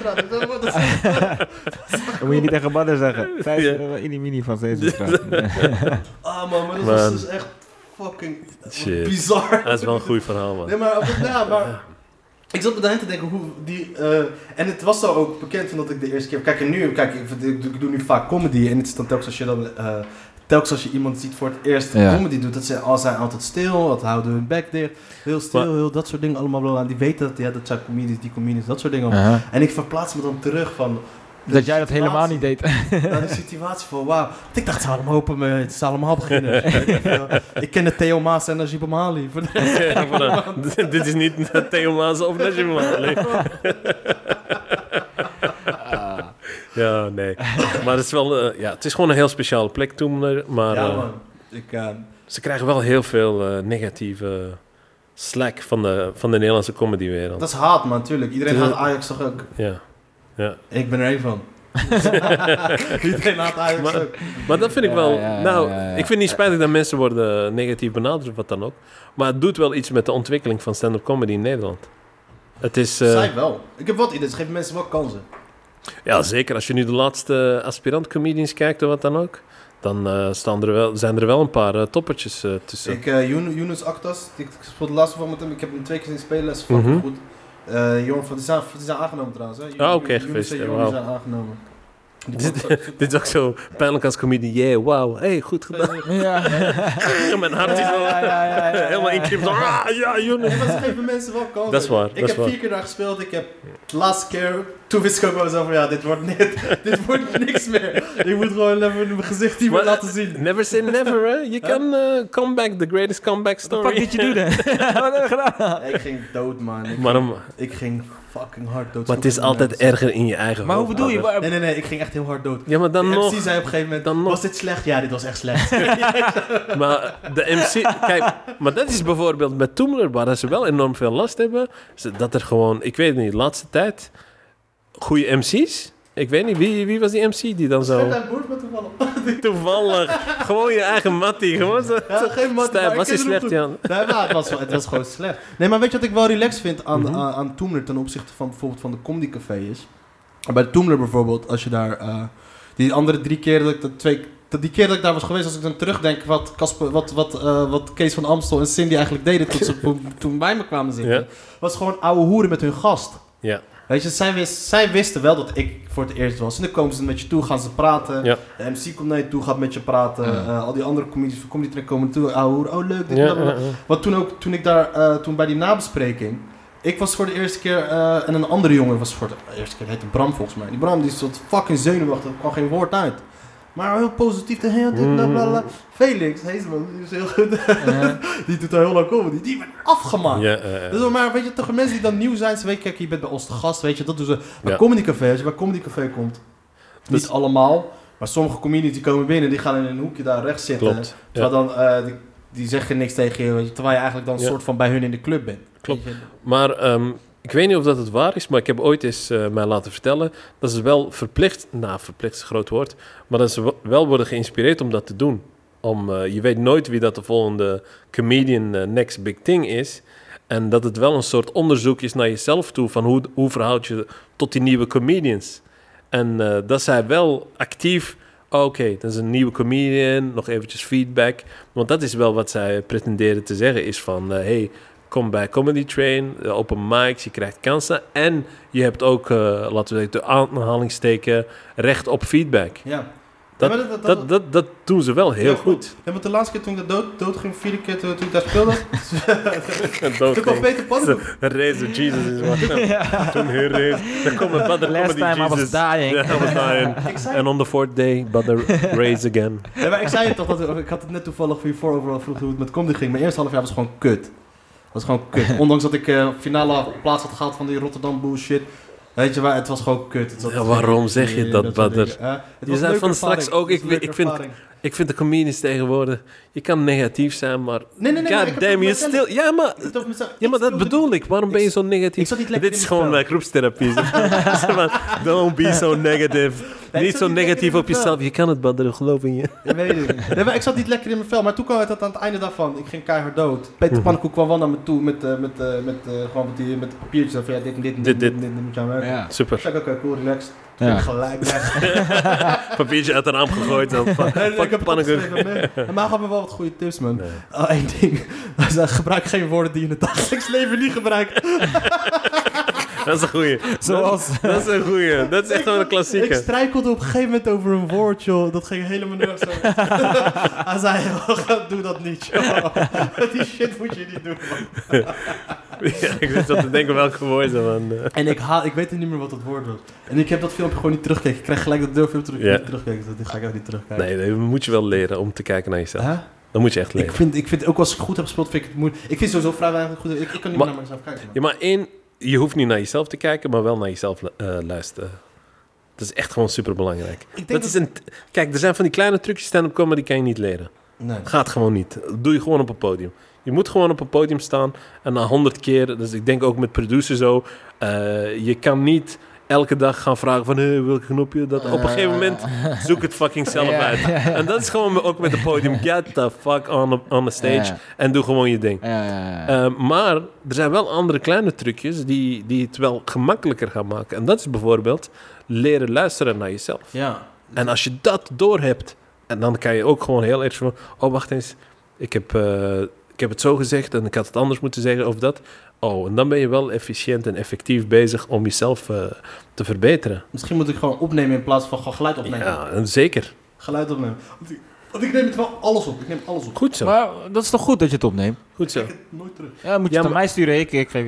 Dat moet je niet tegen Badr zeggen. Zij is in die Mini van Sesamstraat. Ah man, maar dat was dus echt fucking bizar. Dat is wel een goed verhaal, man. Nee, maar ik zat me te denken hoe die... en het was zo ook bekend van dat ik de eerste keer... Kijk, ik doe nu vaak comedy en het is dan telkens als je dan... telkens als je iemand ziet voor het eerst comedy doet, dat zijn altijd stil, dat houden hun bek dicht, heel stil, heel dat soort dingen allemaal. En die weten dat zijn comedians, die comedians, dat soort dingen. En ik verplaats me dan terug van... Dat jij dat helemaal niet deed. Nou, de situatie van, wauw. Ik dacht, het zou allemaal beginnen. Ik ken de Theo Maas en Najib Amhali. Dit is niet Theo Maas of Najib Amhali. Ja, nee. Maar het is wel... het is gewoon een heel speciale plek toen. Maar Ja, man. ze krijgen wel heel veel negatieve slack van de Nederlandse comedywereld. Dat is haat, man, tuurlijk. Iedereen haat Ajax toch ook? Ja. Ik ben er één van. Iedereen haat Ajax ook. Maar dat vind ik wel... Ja. Ik vind het niet spijtig dat mensen worden negatief benaderd of wat dan ook. Maar het doet wel iets met de ontwikkeling van stand-up comedy in Nederland. Het is... Zij wel. Ik heb wat ideeën. Ze geven mensen wel kansen. Ja, zeker. Als je nu de laatste aspirant-comedians kijkt of wat dan ook, dan zijn er wel een paar toppertjes tussen. Yunus Aktas, ik speelde de laatste van met hem. Ik heb hem 2 keer zien spelen, dat is fucking goed. Jorn van, die zijn aangenomen trouwens. Hè. Oké, geweest. Yunus en Jorn zijn aangenomen. Dit is ook zo pijnlijk als comedian. Yeah, wauw. Hey, goed gedaan. Ja. Mijn hart is wel helemaal inkrimpt. Ja, Yunus. Nee, maar ze geven mensen wel kansen. Dat is waar. Ik heb 4 keer daar gespeeld. Ik heb de laatste keer... Toen wist ik ook wel zo van, dit wordt niks meer. Ik moet gewoon even mijn gezicht hier laten zien. Never say never, hè. Je kan come back, the greatest comeback story. Wat did je doen dan? Wat heb je gedaan? Ik ging dood, man. Ik ging fucking hard dood. Maar het is altijd erger in je eigen Maar hoe hoofd. bedoel je? Nee, ik ging echt heel hard dood. Ja, maar dan de nog... MC zei op een gegeven moment, was dit slecht? Ja, dit was echt slecht. Maar de MC... Kijk, maar dat is bijvoorbeeld met Toemler, waar ze wel enorm veel last hebben. Dat er gewoon... Ik weet het niet, de laatste tijd... Goede MC's? Ik weet niet, wie was die MC die dan zo... Toevallig. Gewoon je eigen mattie. Gewoon zo. Ja, geen mattie. Stijf, was hij slecht, Jan? Nee, maar het was gewoon slecht. Nee, maar weet je wat ik wel relaxed vind aan Toemler ten opzichte van bijvoorbeeld van de Comedy Café is? Bij Toemler bijvoorbeeld, als je daar... die andere 3 keer die keer dat ik daar was geweest, als ik dan terugdenk wat Kees van Amstel en Cindy eigenlijk deden tot ze toen bij me kwamen zitten, was gewoon ouwe hoeren met hun gast. Ja. Weet je, zij wisten wel dat ik voor het eerst was. En dan komen ze met je toe, gaan ze praten. Ja. De MC komt naar je toe, gaat met je praten. Al die andere comedies van Comedy Train komen toe. Oh, leuk, dit en dat. Want toen bij die nabespreking... Ik was voor de eerste keer... en een andere jongen was voor de eerste keer... heette Bram volgens mij. Die Bram die stond fucking zenuwachtig. Er kwam geen woord uit. Maar heel positief. Felix, Heesman, die is heel goed. Die doet daar heel lang comedy. Die werd afgemaakt. Dus maar weet je, toch mensen die dan nieuw zijn. Ze weten, kijk, je bent bij ons te gast. Weet je, dat doen ze bij Comedy Café. Als je bij Comedy Café komt. Dus, niet allemaal. Maar sommige comedians die komen binnen. Die gaan in een hoekje daar rechts zitten. Klopt. Terwijl dan... die zeggen niks tegen je. Weet je, terwijl je eigenlijk dan een soort van bij hun in de club bent. Klopt. Maar... ik weet niet of dat het waar is, maar ik heb ooit eens mij laten vertellen dat ze wel verplicht is een groot woord, maar dat ze wel worden geïnspireerd om dat te doen. Je weet nooit wie dat de volgende comedian next big thing is. En dat het wel een soort onderzoek is naar jezelf toe, van hoe verhoud je tot die nieuwe comedians. En dat zij wel actief, oké, dat is een nieuwe comedian, nog eventjes feedback. Want dat is wel wat zij pretenderen te zeggen, is van, hey, kom bij Comedy Train, open mics, je krijgt kansen. En je hebt ook, laten we zeggen, de aanhalingsteken recht op feedback. Ja. Dat doen ze wel heel goed. Ja, want de laatste keer toen ik dood ging, 4 keer toen ik daar speelde... toen kwam Peter Pannenkoek. Raise Jesus is wat. Toen hij raised. Dan kwam een Badr Last Comedy time Jesus. I was dying. Yeah, I was dying. And on the 4th day, Badr raised again. Ja, maar ik zei het toch, ik had het net toevallig hiervoor overal vroeg hoe het met comedy ging. Mijn eerste half jaar was gewoon kut. Dat was gewoon kut. Ondanks dat ik finale plaats had gehaald van die Rotterdam bullshit. Weet je waar, het was gewoon kut. Waarom zeg je dat, Badr? Je zei van straks ook, ik vind de comedians tegenwoordig, je kan negatief zijn, maar god damn, je stil. Ja, maar dat bedoel ik. Waarom ben je zo negatief? Dit is gewoon groepstherapie. Don't be so negative. Niet zo negatief op jezelf. Je kan het, Badr, geloof in je. Ja, weet ik. Nee, maar ik zat niet lekker in mijn vel. Maar toen kwam het aan het einde daarvan. Ik ging keihard dood. Peter Pannenkoek kwam wel naar me toe met de papiertjes. Van, ja, dit moet je aan werken. Ja. Super. Ik zei, oké, cool, relaxed. Ja. Gelijk weg. Papiertje uit de raam gegooid. Dan ik heb Pannenkoek. Maar gaan we wel wat goede tips, man. Nee. Eén ding. Hij zei, gebruik geen woorden die je in het dagelijks leven niet gebruikt. Dat is een goeie. Dat is een goeie. Dat is echt wel een klassieker. Ik struikelde op een gegeven moment over een woord, joh. Dat ging helemaal nergens over. Hij zei, doe dat niet, joh. Die shit moet je niet doen, man. Ja, ik zit zo te denken welke woord van... En ik weet niet meer wat het woord was. En ik heb dat filmpje gewoon niet teruggekeken. Ik krijg gelijk dat deelfilm terug. Ja. Niet teruggekeken, dus die ga ik echt niet terugkijken. Nee, dat moet je wel leren om te kijken naar jezelf. Huh? Dat moet je echt leren. Ik vind ook als ik goed heb gespeeld, vind ik het moeilijk. Ik vind sowieso vrij weinig goed. Ik kan niet meer naar mezelf kijken. Man. Ja, maar je hoeft niet naar jezelf te kijken, maar wel naar jezelf luisteren. Dat is echt gewoon super belangrijk. Kijk, er zijn van die kleine trucjes stand-up comedy kan je niet leren. Nee. Gaat gewoon niet. Dat doe je gewoon op een podium. Je moet gewoon op een podium staan en na 100 keer, dus ik denk ook met producers zo, je kan niet elke dag gaan vragen van welke knopje dat. Op een gegeven moment zoek het fucking zelf uit. En dat is gewoon ook met het podium. Get the fuck on the stage en doe gewoon je ding. Maar er zijn wel andere kleine trucjes die het wel gemakkelijker gaan maken. En dat is bijvoorbeeld leren luisteren naar jezelf. Ja. En als je dat doorhebt, en dan kan je ook gewoon heel erg van, oh wacht eens, ik heb het zo gezegd en ik had het anders moeten zeggen of dat. Oh, en dan ben je wel efficiënt en effectief bezig om jezelf te verbeteren. Misschien moet ik gewoon opnemen in plaats van gewoon geluid opnemen. Ja, en zeker. Geluid opnemen. Want ik neem het wel alles op. Ik neem alles op. Goed zo. Maar dat is toch goed dat je het opneemt? Goed zo. Ik kijk het nooit terug. Ja, moet je het aan mij sturen.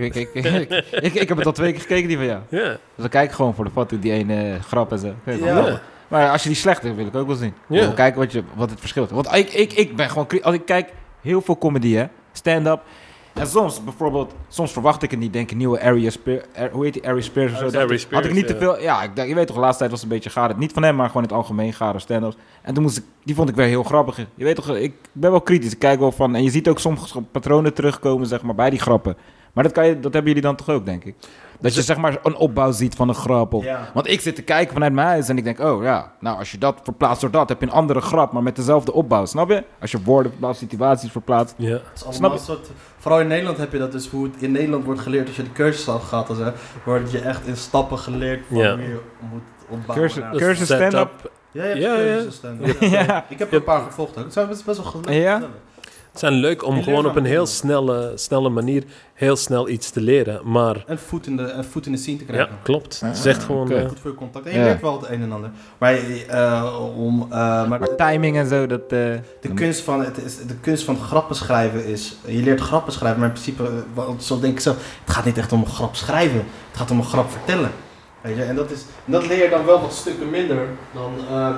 Ik heb het al 2 keer gekeken, die van jou. Ja. Dus dan kijk ik gewoon voor de foto, die ene grap en zo. Ik weet het Ja. wel. Maar als je die slecht hebt, wil ik ook wel zien. Ja. Ik wil kijken wat het verschil is. Want ik ben gewoon... Als ik kijk heel veel comedy, hè. Stand-up. En soms verwacht ik het niet. Denk een nieuwe hoe heet die? Ari Spears of zo. Ari Spears, Had ik niet ja. te veel... Ja, je weet toch, de laatste tijd was het een beetje gare. Niet van hem, maar gewoon in het algemeen gare stand-ups. En toen die vond ik weer heel grappig. Je weet toch, ik ben wel kritisch. Ik kijk wel van... En je ziet ook soms patronen terugkomen, zeg maar, bij die grappen. Maar dat hebben jullie dan toch ook, denk ik? Dat je zeg maar een opbouw ziet van een grap. Want ik zit te kijken vanuit mijn huis en ik denk, oh ja, nou als je dat verplaatst door dat, heb je een andere grap, maar met dezelfde opbouw, snap je? Als je woorden verplaatst, situaties verplaatst. Ja. Het is allemaal een soort, vooral in Nederland heb je dat dus, hoe het in Nederland wordt geleerd als je de cursus afgaat. Dus, wordt je echt in stappen geleerd van Ja. hoe je moet opbouwen. Cursus stand-up. Ja, je hebt Ja, cursussen stand-up. Ja. Ik heb er een paar gevolgd ook. Het zijn best wel gelukt. Ja? Het zijn leuk om Je gewoon leert op een heel van- snelle manier heel snel iets te leren. Maar En voet in de scene te ja, krijgen. klopt. Het is echt gewoon... oké. Goed voor je contact. En je Ja. leert wel het een en ander. Maar, Maar timing en zo, dat... de kunst van grappen schrijven is... Je leert grappen schrijven, maar in principe... Zo denk ik zelf... Het gaat niet echt om een grap schrijven. Het gaat om een grap vertellen. Weet je? En dat leer je dan wel wat stukken minder dan...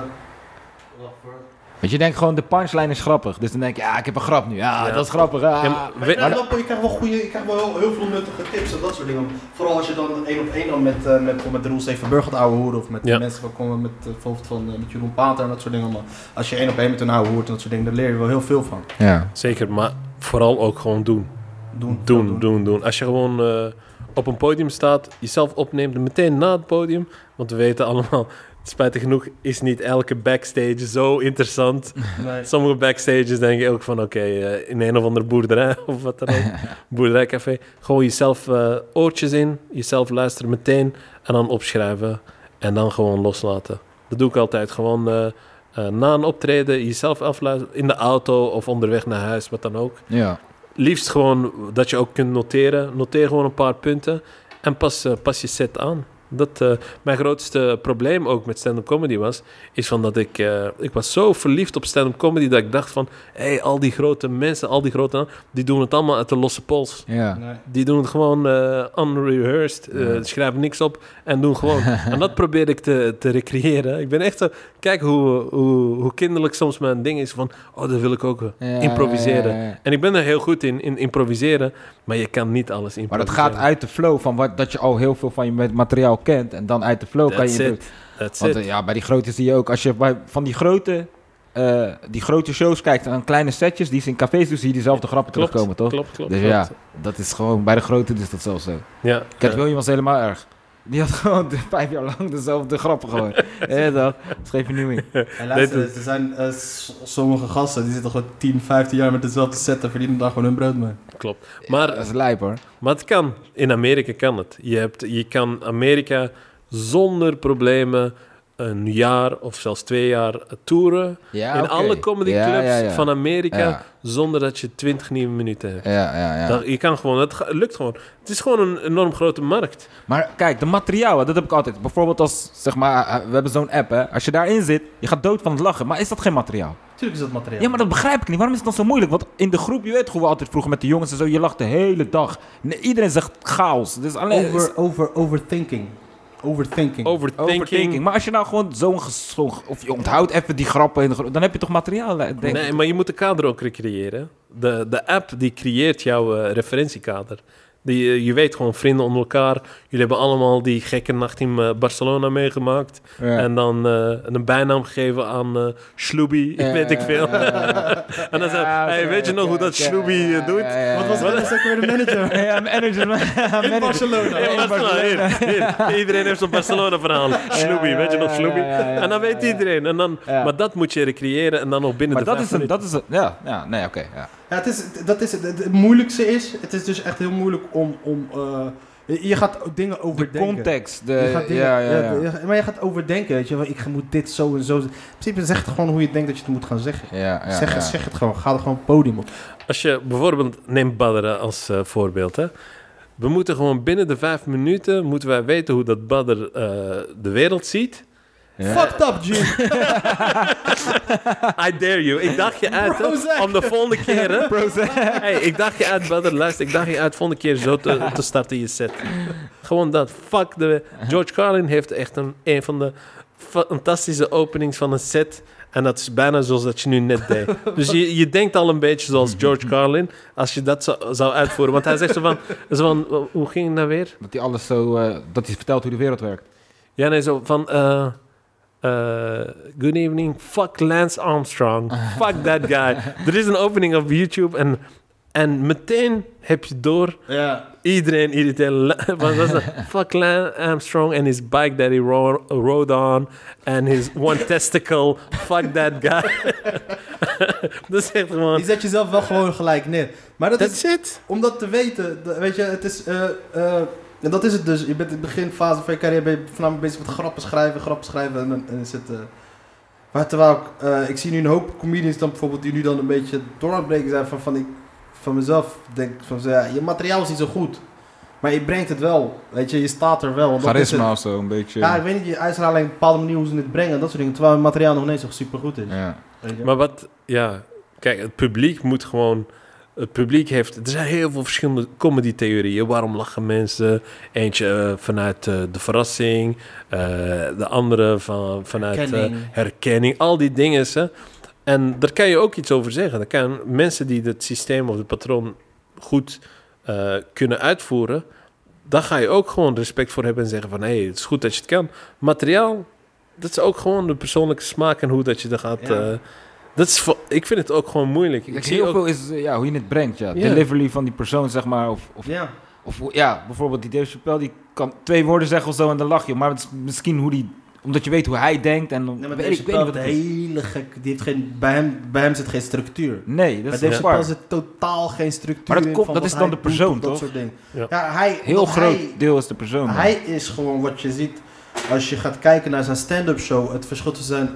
Want je denkt gewoon, de punchline is grappig. Dus dan denk je, ja, ik heb een grap nu. Ja, dat is grappig. Ja, Maar je krijgt wel heel veel nuttige tips en dat soort dingen. Vooral als je dan 1-op-1 dan met Roel Stevenburg gaat ouwe hoeren. Of met mensen van komen met bijvoorbeeld met Jeroen Pater en dat soort dingen allemaal. Als je 1-op-1 met een ouwe hoert en dat soort dingen, daar leer je wel heel veel van. Ja. Zeker, maar vooral ook gewoon doen. Doen. Als je gewoon op een podium staat, jezelf opneemt en meteen na het podium, want we weten allemaal, spijtig genoeg is niet elke backstage zo interessant. Nee. Sommige backstages denk je ook van oké, in een of andere boerderij of wat dan ook, boerderijcafé, gewoon jezelf oortjes in, jezelf luisteren meteen en dan opschrijven en dan gewoon loslaten. Dat doe ik altijd, gewoon na een optreden jezelf afluisteren, in de auto of onderweg naar huis, wat dan ook. Ja. Liefst gewoon dat je ook kunt noteren. Noteer gewoon een paar punten en pas je set aan. Dat mijn grootste probleem ook met stand-up comedy is van dat ik was zo verliefd op stand-up comedy dat ik dacht van, al die grote mensen, die doen het allemaal uit de losse pols. Ja. Nee. Die doen het gewoon unrehearsed, schrijven niks op en doen gewoon. En dat probeer ik te recreëren. Ik ben echt zo, kijk hoe kinderlijk soms mijn ding is van, dat wil ik ook improviseren. Ja. En ik ben er heel goed in improviseren, maar je kan niet alles Maar improviseren. dat gaat uit de flow van dat je al heel veel van je materiaal kent. En dan uit de flow kan je... That's Want it. ja, bij die grote zie je ook, als je van die grote shows kijkt aan kleine setjes, die ze in cafés doen, zie je diezelfde grappen terugkomen, toch? Klopt. Dus ja, dat is gewoon, bij de grote is dat zelfs zo. Ja, Cat Williams was helemaal erg. Die had gewoon 5 jaar lang dezelfde grappen gewoon. Ja, dat schreef je nu in. En luister, er zijn sommige gasten die zitten gewoon 10, 15 jaar met dezelfde set en verdienen daar gewoon hun brood mee. klopt. Dat is lijp hoor. Maar het kan. In Amerika kan het. Je kan Amerika zonder problemen een jaar of zelfs 2 jaar toeren. Ja, in alle comedyclubs van Amerika, Ja. zonder dat je 20 nieuwe minuten hebt. Ja. Je kan gewoon, het lukt gewoon. Het is gewoon een enorm grote markt. Maar kijk, de materiaal, dat heb ik altijd. Bijvoorbeeld als, zeg maar, we hebben zo'n app, hè. Als je daarin zit, je gaat dood van het lachen. Maar is dat geen materiaal? Tuurlijk is dat materiaal. Ja, maar dat begrijp ik niet. Waarom is het dan zo moeilijk? Want in de groep, je weet hoe we altijd vroeger met de jongens en zo, je lacht de hele dag. Nee, iedereen zegt chaos. Dus alleen, Overthinking. Overthinking. Maar als je nou gewoon of je onthoudt even die grappen, dan heb je toch materiaal. Denk ik. Nee, maar je moet de kader ook recreëren. De app die creëert jouw referentiekader. Je weet gewoon, vrienden onder elkaar. Jullie hebben allemaal die gekke nacht in Barcelona meegemaakt. Ja. En dan een bijnaam gegeven aan Sloobie, weet ik veel. En dan zei hey, weet je nog hoe dat Sloobie doet? Wat was dat? Dat is ook weer de manager. Ja, manager. In Barcelona. Ja, hier. Iedereen heeft zo'n Barcelona-verhaal. Sloobie, weet je nog Sloobie? En dan weet iedereen. En dan, maar dat moet je recreëren en dan nog binnen Maar de 5 minuten. dat is het. Ja, nee, oké. Ja. Ja, het moeilijkste is, het is dus echt heel moeilijk om je gaat dingen De overdenken. context. Je gaat dingen, maar je gaat overdenken, weet je wel. Ik moet dit zo en zo. In principe zeg het gewoon hoe je denkt dat je het moet gaan zeggen. Zeg het gewoon. Ga er gewoon het podium op. Als je bijvoorbeeld, neem Badr als voorbeeld, hè. We moeten gewoon binnen de 5 minuten, moeten wij weten hoe dat Badr de wereld ziet. Ja. Fucked up, G. I dare you. Ik dacht je uit hè, om de volgende keer. Hè? Hey, ik dacht je uit, Badr, luister. Ik dacht je uit volgende keer zo te starten je set. Gewoon dat. Fuck de. George Carlin heeft echt een van de fantastische openings van een set. En dat is bijna zoals dat je nu net deed. Dus je denkt al een beetje zoals George Carlin. Als je dat zou uitvoeren. Want hij zegt zo van hoe ging het nou weer? Dat hij alles zo... dat hij vertelt hoe de wereld werkt. Ja, nee, zo van... good evening, fuck Lance Armstrong. Fuck that guy. Er is een opening op YouTube en meteen heb je door... Ja. Iedereen irriteert. Wat was dat? Fuck Lance Armstrong and his bike that he rode on. And his one testicle. Fuck that guy. Dat is echt gewoon... Die zet jezelf wel gewoon gelijk neer. Maar dat That's is... it. Om dat te weten, weet je, het is... en dat is het dus. Je bent in de beginfase van je carrière ben je voornamelijk bezig met grappen schrijven. En dan is het... maar terwijl ik zie nu een hoop comedians dan bijvoorbeeld die nu dan een beetje door aan het breken zijn van ik van mezelf denk van ja, je materiaal is niet zo goed. Maar je brengt het wel. Weet je staat er wel. Charisma of zo, een beetje. Ja, ik weet niet, je uiteraard alleen een bepaalde manier hoe ze het brengen en dat soort dingen. Terwijl het materiaal nog niet zo super goed is. Ja. Maar wat... Ja, kijk, het publiek moet gewoon... Het publiek heeft... Er zijn heel veel verschillende comedy-theorieën. Waarom lachen mensen? Eentje vanuit de verrassing. De andere vanuit herkenning. Al die dingen. En daar kan je ook iets over zeggen. Dan kan mensen die het systeem of het patroon goed kunnen uitvoeren... Daar ga je ook gewoon respect voor hebben en zeggen van... Hé, het is goed dat je het kan. Materiaal, dat is ook gewoon de persoonlijke smaak en hoe dat je er gaat... Ja. Ik vind het ook gewoon moeilijk. Ik zie heel veel is hoe je het brengt. Ja. Ja. Delivery van die persoon, zeg maar. Of bijvoorbeeld die Dave Chappelle, die kan 2 woorden zeggen of zo en dan lach je. Maar het is misschien hoe die... Omdat je weet hoe hij denkt en... Nee, maar weet Dave ik weet niet wat Chappelle het is. hele gek... Die heeft geen, bij hem zit geen structuur. Nee, dat Bij is Dave heel Chappelle waar. zit totaal geen structuur Maar dat in komt- van dat wat is dan hij de persoon, doet, dat toch? soort dingen. Ja. Ja, hij, Heel omdat groot hij- deel is de persoon. Hij is gewoon wat je ziet als je gaat kijken naar zijn stand-up show. Het verschil tussen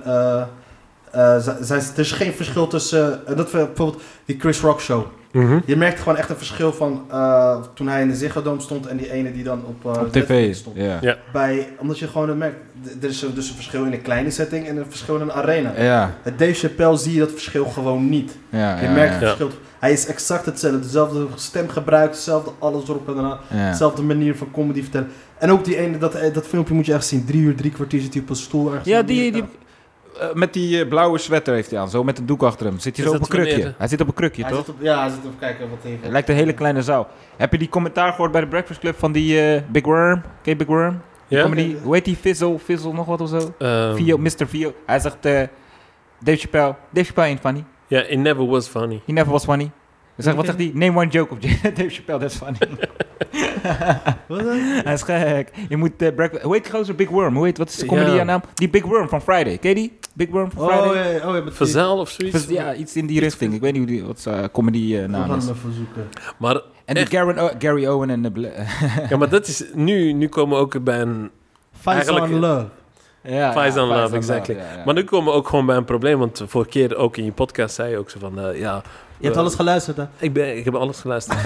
er is geen verschil tussen dat bijvoorbeeld die Chris Rock show. Mhm. Je merkt gewoon echt een verschil van toen hij in de Ziggo Dome stond en die ene die dan op Op tv. Netflix stond. Ja. Omdat je gewoon merkt, er is dus een verschil in een kleine setting en een verschil in een arena. Ja. Met Dave Chappelle zie je dat verschil gewoon niet. Ja. Je merkt het Ja. verschil. Hij is exact hetzelfde. Dezelfde stemgebruik, hetzelfde alles erop en eraan. Ja. Dezelfde manier van comedy vertellen. En ook die ene, dat filmpje moet je echt zien. 3 uur, 3 kwartier zit hij op een stoel ergens. Ja, in die met die blauwe sweater heeft hij aan, zo met een doek achter hem. Zit hij Is zo op dat een krukje? wanneer- Hij zit op een krukje, Hij toch? zit hij zit op kijken wat hij... Het lijkt een hele kleine zaal. Heb je die commentaar gehoord bij de Breakfast Club van die Big Worm? Ken je Big Worm? Ja? Comedy, hoe heet die? Fizzle nog wat of zo? Vio, Mr. Vio. Hij zegt, Dave Chappelle ain't funny. Ja, it never was funny. He never was funny. Hij zegt, wat zegt hij? Name one joke op Dave Chappelle, that's funny. Wat dan? Hij is gek. Je moet hoe heet die gozer? Big Worm. Wat is de comedy Ja. naam? Die Big Worm van Friday. Ken je die? Big Worm van Friday? Oh ja, met die... Verzaal of zoiets. Ja, iets in die richting. Ik weet niet hoe die, wat zijn comedy We naam gaan is. hem even zoeken. Maar, En die echt? Gary Owen en de... ja, maar dat is... Nu komen we ook bij een... Fight Eigenlijk- on Love. ja, Fights on Love, Fights on exactly. ja. Maar nu komen we ook gewoon bij een probleem. Want vorige keer ook in je podcast zei je ook zo van... Je hebt alles geluisterd, hè? Ik heb alles geluisterd.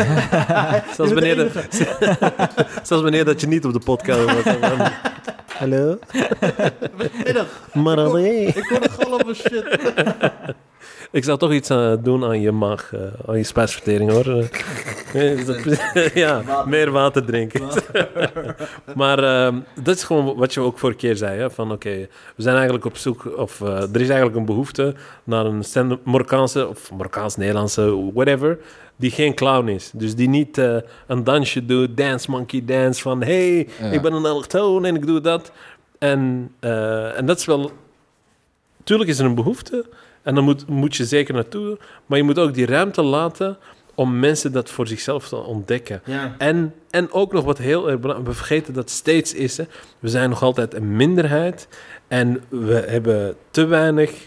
Zelfs wanneer dat je niet op de podcast was. Dan- Hallo? Weet je dat? Maar alleen. Ik hoorde galm shit. Ik zou toch iets doen aan je maag, aan je spijsvertering, hoor. Ja, meer water drinken. Maar dat is gewoon wat je ook vorige keer zei, hè? Van oké, we zijn eigenlijk op zoek, of er is eigenlijk een behoefte naar een Marokkaanse, of Marokkaans-Nederlandse, whatever, die geen clown is. Dus die niet een dansje doet, dance monkey dance, van hey, ik ben een allochtoon en ik doe dat. En dat is wel... Tuurlijk is er een behoefte en dan moet je zeker naartoe, maar je moet ook die ruimte laten om mensen dat voor zichzelf te ontdekken. Ja. En ook nog wat heel erg belangrijk, we vergeten dat steeds is, hè, we zijn nog altijd een minderheid en we hebben te weinig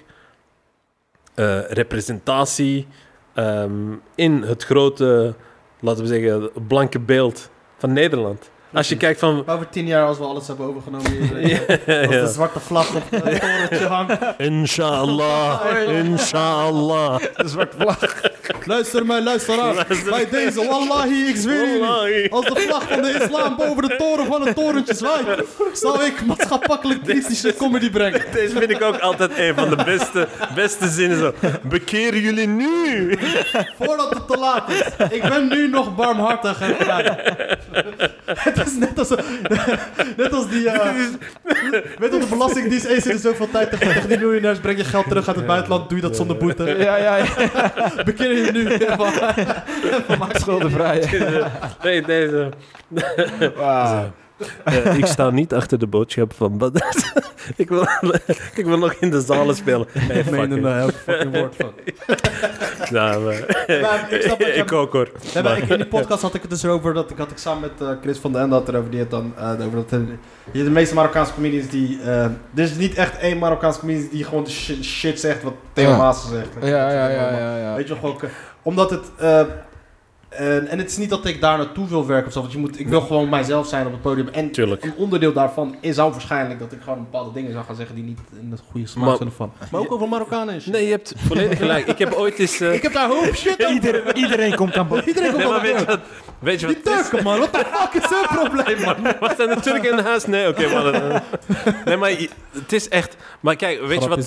representatie in het grote, laten we zeggen, blanke beeld van Nederland. Als je kijkt van... Over 10 jaar, als we alles hebben overgenomen hier. Als de zwarte vlag op het torentje hangt. Inshallah, inshallah. De zwarte vlag. Luister mij, luisteraar. Bij deze, wallahi, ik zweer jullie. Als de vlag van de islam boven de toren van het torentje zwaait, zal ik maatschappelijk kritische comedy brengen. Deze vind ik ook altijd een van de beste zinnen. Zo. Bekeer jullie nu. Voordat het te laat is. Ik ben nu nog barmhartig en vrij. Het is net als die... weet je, de Belastingdienst eens in zoveel tijd tegen die miljonairs, breng je geld terug uit het buitenland, doe je dat zonder boete. Ja. Bekeer je nu. Maak schuldenvrij. Nee, deze... Wow. Ik sta niet achter de boodschap van Badr. ik wil nog in de zalen spelen. Hey, Ik meen er elk fucking woord van. Ja, maar... ik ook, hoor. In die podcast had ik het dus over, dat ik samen met Chris van den Ende had erover, die het dan over dat de meeste Marokkaanse comedians die... er is niet echt één Marokkaanse comedian die gewoon de shit zegt wat Theo Maassen zegt. Ja. Weet je gewoon, omdat het... en het is niet dat ik daar naartoe wil werken of zo, want ik wil gewoon mijzelf zijn op het podium. En Tuurlijk. een onderdeel daarvan zou waarschijnlijk dat ik gewoon bepaalde dingen zou gaan zeggen die niet in het goede smaak zijn van. Maar ook over Marokkanen is. Nee, je hebt volledig gelijk. Ik heb ooit eens... Ik heb daar hoop shit over. Iedereen komt aan bod. Iedereen komt Nee, aan maar bod. weet je wat Die Turken, man. Wat de fuck is hun probleem, man? Wat zijn de Turken in huis? Nee, oké, man. Nee, maar het is echt... Maar kijk, weet je wat...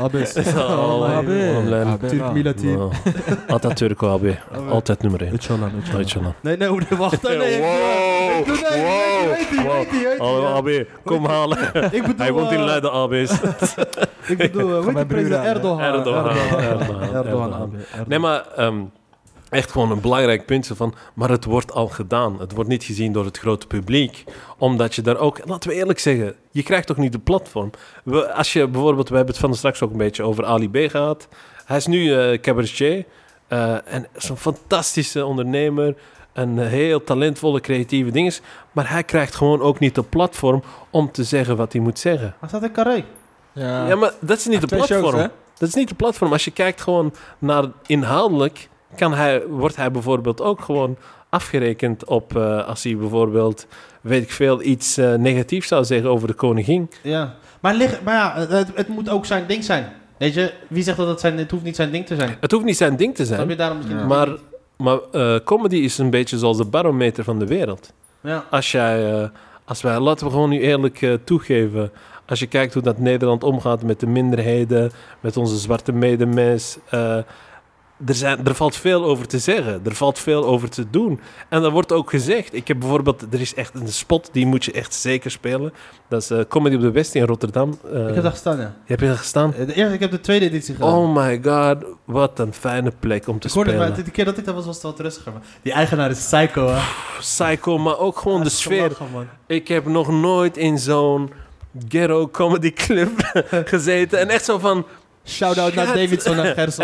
Turk Milati. Altijd Turko, AB. Altijd nummer 1. Inshallah. Nee, wacht. Nee. Oh, AB, kom halen. Hij woont in Leiden, AB's. Ik bedoel, hoe heet die president? Erdogan. Nee, maar echt gewoon een belangrijk punt van, maar het wordt al gedaan. Het wordt niet gezien door het grote publiek. Omdat je daar ook, laten we eerlijk zeggen, je krijgt toch niet de platform. Als je bijvoorbeeld, we hebben het van de straks ook een beetje over Ali B gehad. Hij is nu cabaretier. En zo'n fantastische ondernemer. Een heel talentvolle, creatieve dinges. Maar hij krijgt gewoon ook niet de platform om te zeggen wat hij moet zeggen. Hij staat in Carré. Ja, maar dat is niet de platform. Dat is niet de platform. Als je kijkt gewoon naar inhoudelijk, wordt hij bijvoorbeeld ook gewoon afgerekend op als hij bijvoorbeeld, weet ik veel, iets negatiefs zou zeggen over de koningin. Ja, maar ja, het moet ook zijn ding zijn. Weet je, wie zegt dat het hoeft niet zijn ding te zijn? Het hoeft niet zijn ding te zijn. Heb je daarom misschien Maar comedy is een beetje zoals de barometer van de wereld. Ja. Laten we gewoon nu eerlijk toegeven. Als je kijkt hoe dat Nederland omgaat met de minderheden, met onze zwarte medemens. Er valt veel over te zeggen. Er valt veel over te doen. En dat wordt ook gezegd. Ik heb bijvoorbeeld... Er is echt een spot, die moet je echt zeker spelen. Dat is Comedy op de West in Rotterdam. Ik heb daar gestaan, ja. Heb je daar gestaan? Ik heb de tweede editie gedaan. Oh my god, wat een fijne plek om te spelen. Maar de keer dat ik daar was het wat rustiger. Man. Die eigenaar is psycho, hè. Psycho, maar ook gewoon de sfeer. Gelachen, man. Ik heb nog nooit in zo'n ghetto comedy club gezeten. En echt zo van... Shout-out naar Davidson en Gerson.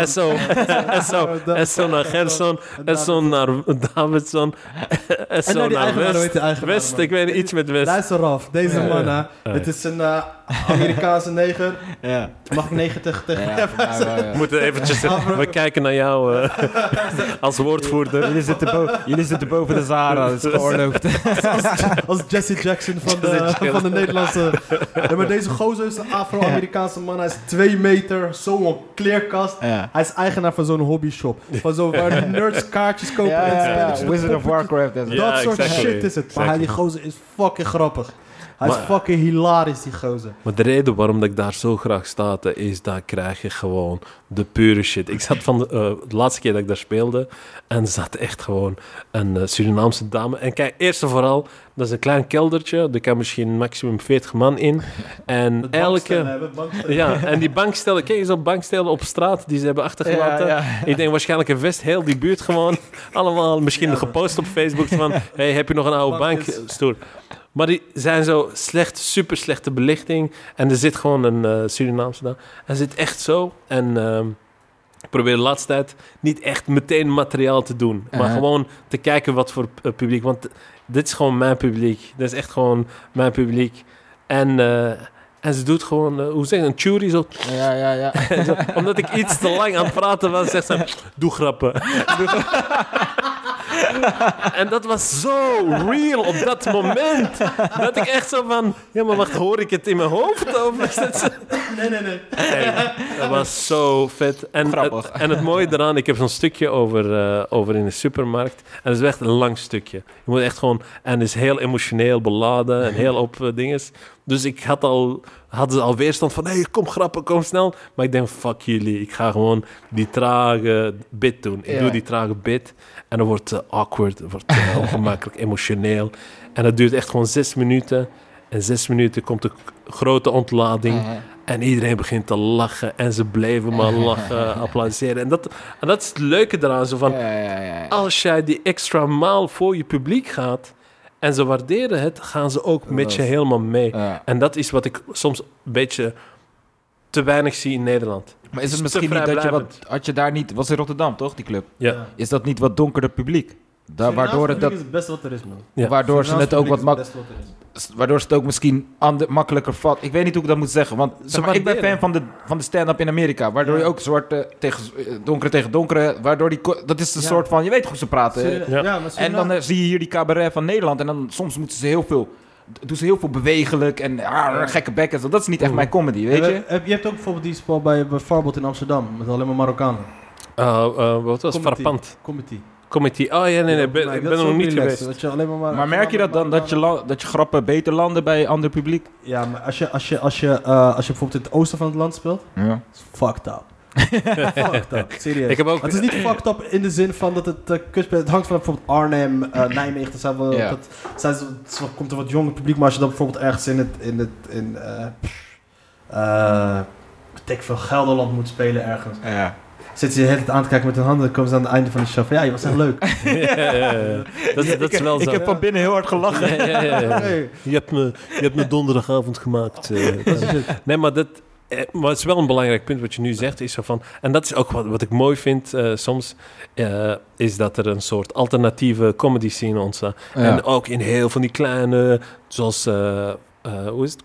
En zo naar Gerson. En zo naar Davidson. En zo naar West. West, ik weet niet, iets met West. Luister af, deze man, hè. Dit is een Amerikaanse neger. Ja. Mag ik neger tegen We moeten eventjes... We kijken naar jou als woordvoerder. Jullie zitten boven de Zara, dat is geoorloofd. Als Jesse Jackson van de Nederlandse... Ja, maar deze gozer is een Afro-Amerikaanse man. Hij is 2 meter, zo'n kleerkast. Ja. Hij is eigenaar van zo'n hobbyshop. Van zo waar nerds kaartjes kopen en spelletjes. Wizard of Warcraft. Dat soort shit is het. Maar die gozer is fucking grappig. Hij is fucking hilarisch, die gozer. Maar de reden waarom dat ik daar zo graag sta, is dat krijg je gewoon de pure shit. Ik zat de laatste keer dat ik daar speelde en zat echt gewoon een Surinaamse dame. En kijk, eerst en vooral, dat is een klein keldertje, er kan misschien maximum 40 man in. En en die bankstellen, kijk eens op bankstellen op straat die ze hebben achtergelaten. Ja. Ik denk waarschijnlijk een vest, heel die buurt gewoon, allemaal misschien gepost op Facebook van, hey, heb je nog een oude bank? Stoer. Maar die zijn zo slecht, super slechte belichting. En er zit gewoon een Surinaamse daar. Hij zit echt zo. En ik probeer de laatste tijd niet echt meteen materiaal te doen. Maar gewoon te kijken wat voor publiek. Want dit is gewoon mijn publiek. Dat is echt gewoon mijn publiek. En ze doet gewoon, hoe zeg je, een churi zo. Ja. Zo, omdat ik iets te lang aan het praten was, zegt ze, doe grappen. En dat was zo real op dat moment. Dat ik echt zo van... Ja, maar wacht, hoor ik het in mijn hoofd? Of is dat zo? Nee. Dat was zo vet. En het mooie eraan, ik heb zo'n stukje over in de supermarkt. En dat is echt een lang stukje. Je moet echt gewoon... En het is heel emotioneel beladen en heel op dinges. Dus ik hadden ze al weerstand van... Hey, kom grappen, kom snel. Maar ik denk, fuck jullie. Ik ga gewoon die trage bit doen. Ik doe die trage bit. En dan wordt het awkward. Het wordt ongemakkelijk, emotioneel. En dat duurt echt gewoon 6 minuten. En 6 minuten komt de grote ontlading. En iedereen begint te lachen. En ze bleven maar lachen, applaudisseren. En dat is het leuke eraan. Zo van, als jij die extra maal voor je publiek gaat... En ze waarderen het, gaan ze ook met je helemaal mee. Ja. En dat is wat ik soms een beetje te weinig zie in Nederland. Maar is het misschien niet dat je had je daar niet... Was in Rotterdam, toch, die club? Ja. Is dat niet wat donkerder publiek? Waardoor het is het beste wat er is, man. Ja. Waardoor ze het ook waardoor ze het ook misschien makkelijker vat. Ik weet niet hoe ik dat moet zeggen. Want ik ben fan van de stand-up in Amerika. Waardoor je ook zwarte tegen donkere... Waardoor dat is een soort van... Je weet hoe ze praten. En dan zie je hier die cabaret van Nederland. En dan soms moeten ze heel veel... Doen ze heel veel bewegelijk en gekke bekken. Dat is niet echt mijn comedy, weet je? Je hebt ook bijvoorbeeld die spel bij Farbot in Amsterdam. Met alleen maar Marokkanen. Wat was Frappant? Comedy. Oh ja, nee, ik ben er nog niet geweest. Maar merk je dat dan, dat je grappen beter landen bij ander publiek? Ja, maar als je bijvoorbeeld in het oosten van het land speelt, is fucked up. Fucked up, serieus. Het is niet fucked up in de zin van dat het kutspel... Het hangt van bijvoorbeeld Arnhem, Nijmegen. Komt er wat jonger publiek, maar als je dan bijvoorbeeld ergens veel Gelderland moet spelen ergens... Ja. Zitten ze de hele tijd aan te kijken met hun handen... dan komen ze aan het einde van de show van... Ja, je was echt leuk. Dat is wel zo. Ik heb van binnen heel hard gelachen. Nee. Je hebt me donderdagavond gemaakt. Nee, maar het is wel een belangrijk punt wat je nu zegt. Is zo van, en dat is ook wat ik mooi vind soms... is dat er een soort alternatieve comedy scene ontstaat. Ja. En ook in heel van die kleine... Zoals, hoe is het?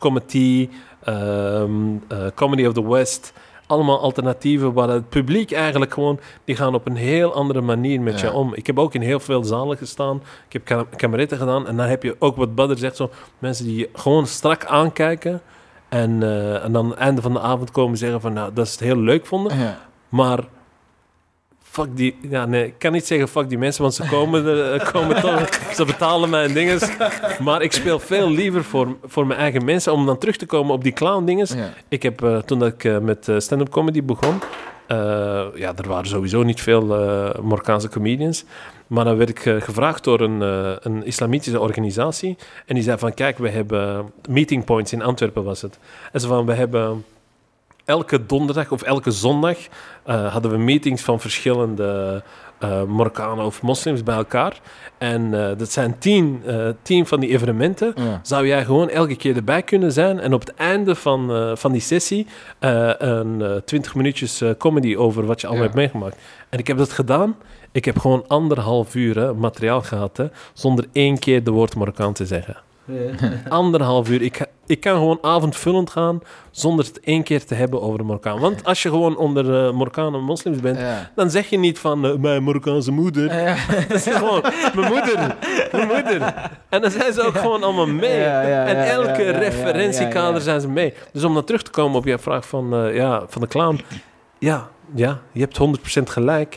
Comedy of the West... Allemaal alternatieven waar het publiek eigenlijk gewoon... Die gaan op een heel andere manier met je om. Ik heb ook in heel veel zalen gestaan. Ik heb kameretten gedaan. En dan heb je ook wat Badr zegt. Zo, mensen die je gewoon strak aankijken. En dan aan het einde van de avond komen zeggen van... Nou, dat ze het heel leuk vonden. Ja. Maar... Fuck die... Ja, nee, ik kan niet zeggen fuck die mensen, want ze komen toch... Ze betalen mij en dinges. Maar ik speel veel liever voor mijn eigen mensen... om dan terug te komen op die clown dinges. Ja. Ik heb, toen ik met stand-up comedy begon... er waren sowieso niet veel Marokkaanse comedians. Maar dan werd ik gevraagd door een islamitische organisatie. En die zei van, kijk, we hebben meeting points in Antwerpen was het. En ze van, we hebben... Elke donderdag of elke zondag hadden we meetings van verschillende Marokkanen of moslims bij elkaar. En dat zijn 10 van die evenementen. Ja. Zou jij gewoon elke keer erbij kunnen zijn en op het einde van die sessie een 20 minuutjes comedy over wat je allemaal hebt meegemaakt. En ik heb dat gedaan. Ik heb gewoon 1,5 uur materiaal gehad, zonder 1 keer de woord Marokkaan te zeggen. 1,5 uur. Ik kan gewoon avondvullend gaan zonder het 1 keer te hebben over de Marokkaan. Want als je gewoon onder Marokkanen en moslims bent, dan zeg je niet van mijn Marokkaanse moeder. Dat is gewoon mijn moeder. En dan zijn ze ook gewoon allemaal mee. En elke referentiekader zijn ze mee. Dus om dan terug te komen op jouw vraag van de clown. Ja, je hebt 100% gelijk.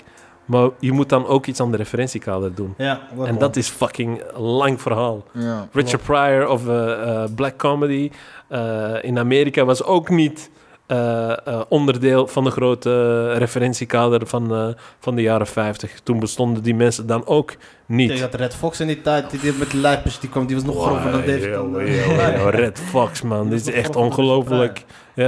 Maar je moet dan ook iets aan de referentiekader doen. Ja, En dat is fucking een lang verhaal. Ja. Richard Pryor of Black Comedy in Amerika was ook niet onderdeel van de grote referentiekader van de jaren 50. Toen bestonden die mensen dan ook niet. Je had Red Fox in die tijd, die met de lijpers, die was nog grover dan David. Red Fox, man. Dit is echt ongelooflijk.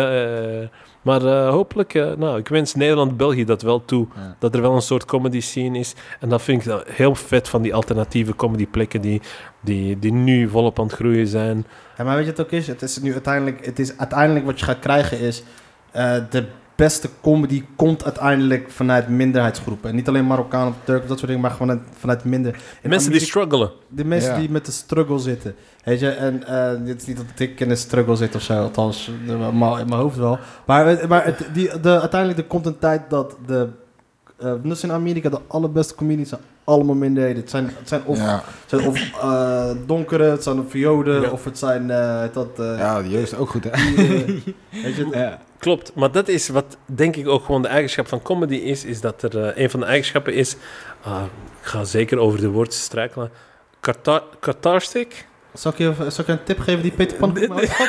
Maar hopelijk, ik wens Nederland-België dat wel toe. Ja. Dat er wel een soort comedy scene is. En dat vind ik dan heel vet van die alternatieve comedyplekken die nu volop aan het groeien zijn. Ja, maar weet je wat het ook is? Het is uiteindelijk wat je gaat krijgen is... de beste comedy komt uiteindelijk vanuit minderheidsgroepen. En niet alleen Marokkaan of Turk of dat soort dingen, maar gewoon vanuit minder... Mensen die struggelen. De mensen die met de struggle zitten. Weet je, en dit is niet dat ik in een struggle zit of zo, althans in mijn hoofd wel. Maar uiteindelijk er komt een tijd dat dus in Amerika de allerbeste comedians zijn allemaal minderheden. Het zijn of donkere, het zijn of Joden, of het zijn... die jeugd is ook goed, hè? Weet je, Ja. Klopt, maar dat is wat denk ik ook gewoon de eigenschap van comedy is dat er een van de eigenschappen is... ik ga zeker over de woordjes struikelen. Cathartic? Zal ik je een tip geven die Peter Pan had?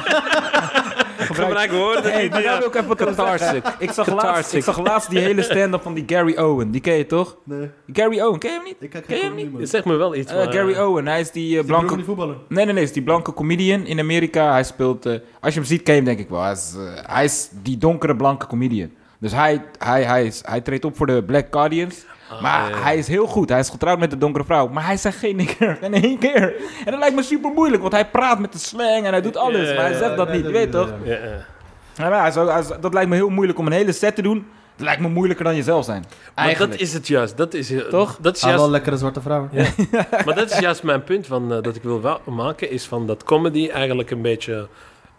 Gebruik woorden. Hey, maar daar wil ik even cathartic. Ik zag laatst die hele stand-up van die Gary Owen. Die ken je toch? Nee. Gary Owen, ken je hem niet? Ik Ken je hem niet? Zeg me wel iets, maar... Gary Owen, hij is die blanke... Die voetballer. Nee, is die blanke comedian in Amerika. Hij speelt... als je hem ziet, ken je hem denk ik wel. Hij is die donkere blanke comedian. Dus hij treedt op voor de Black Guardians. Maar hij is heel goed. Hij is getrouwd met een donkere vrouw. Maar hij zegt geen nigger. In één keer. En dat lijkt me super moeilijk. Want hij praat met de slang en hij doet alles. Maar hij zegt dat niet. Je weet toch? Ja, dat lijkt me heel moeilijk om een hele set te doen. Dat lijkt me moeilijker dan jezelf zijn. Maar dat is het juist. Toch? Dat is juist... wel lekkere zwarte vrouwen. Ja. Maar dat is juist mijn punt van, dat ik wil maken. Is van dat comedy eigenlijk een beetje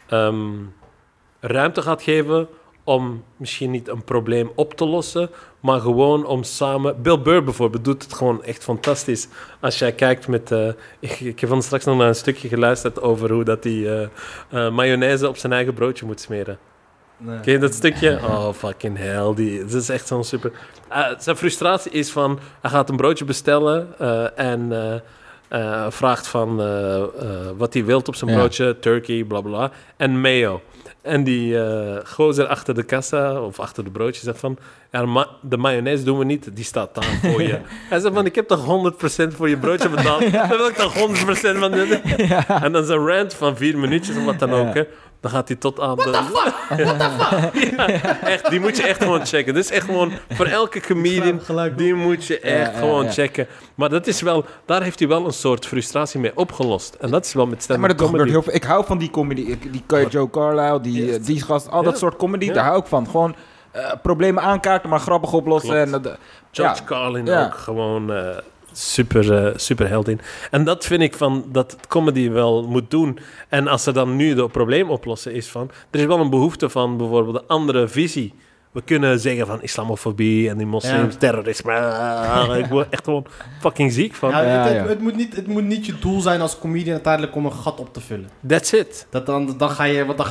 ruimte gaat geven... om misschien niet een probleem op te lossen... maar gewoon om samen... Bill Burr bijvoorbeeld doet het gewoon echt fantastisch. Als jij kijkt met... ik heb van straks nog naar een stukje geluisterd... over hoe dat hij mayonaise op zijn eigen broodje moet smeren. Nee. Ken je dat stukje? Oh, fucking hell. Dat is echt zo'n super... zijn frustratie is van... Hij gaat een broodje bestellen... en vraagt van... wat hij wilt op zijn broodje. Turkey, bla bla. En mayo. En die gozer achter de kassa... of achter de broodje zegt van... Ja, de mayonaise doen we niet. Die staat daar voor je. Hij zegt van... Ik heb toch 100% voor je broodje betaald? Dan wil ik toch 100% van dit? En dan zijn rant van 4 minuutjes... of wat dan ook, hè. Dan gaat hij tot aan What the fuck? Ja, echt, die moet je echt gewoon checken. Dus echt gewoon voor elke comedian, die moet je echt gewoon checken. Maar dat is wel, daar heeft hij wel een soort frustratie mee opgelost. En dat is wel met stand-up maar dat comedy. gebeurt heel veel. Ik hou van die comedy. Die Joe Carlyle, die gast, al dat soort comedy, daar hou ik van. Gewoon problemen aankaarten, maar grappig oplossen. En George Carlin ook gewoon... super held in. En dat vind ik van dat het comedy wel moet doen. En als ze dan nu het probleem oplossen is van... Er is wel een behoefte van bijvoorbeeld een andere visie. We kunnen zeggen van islamofobie en die moslims, terrorisme. Ik word echt gewoon fucking ziek van. Het moet niet je doel zijn als comedian uiteindelijk om een gat op te vullen. That's it. Dan ga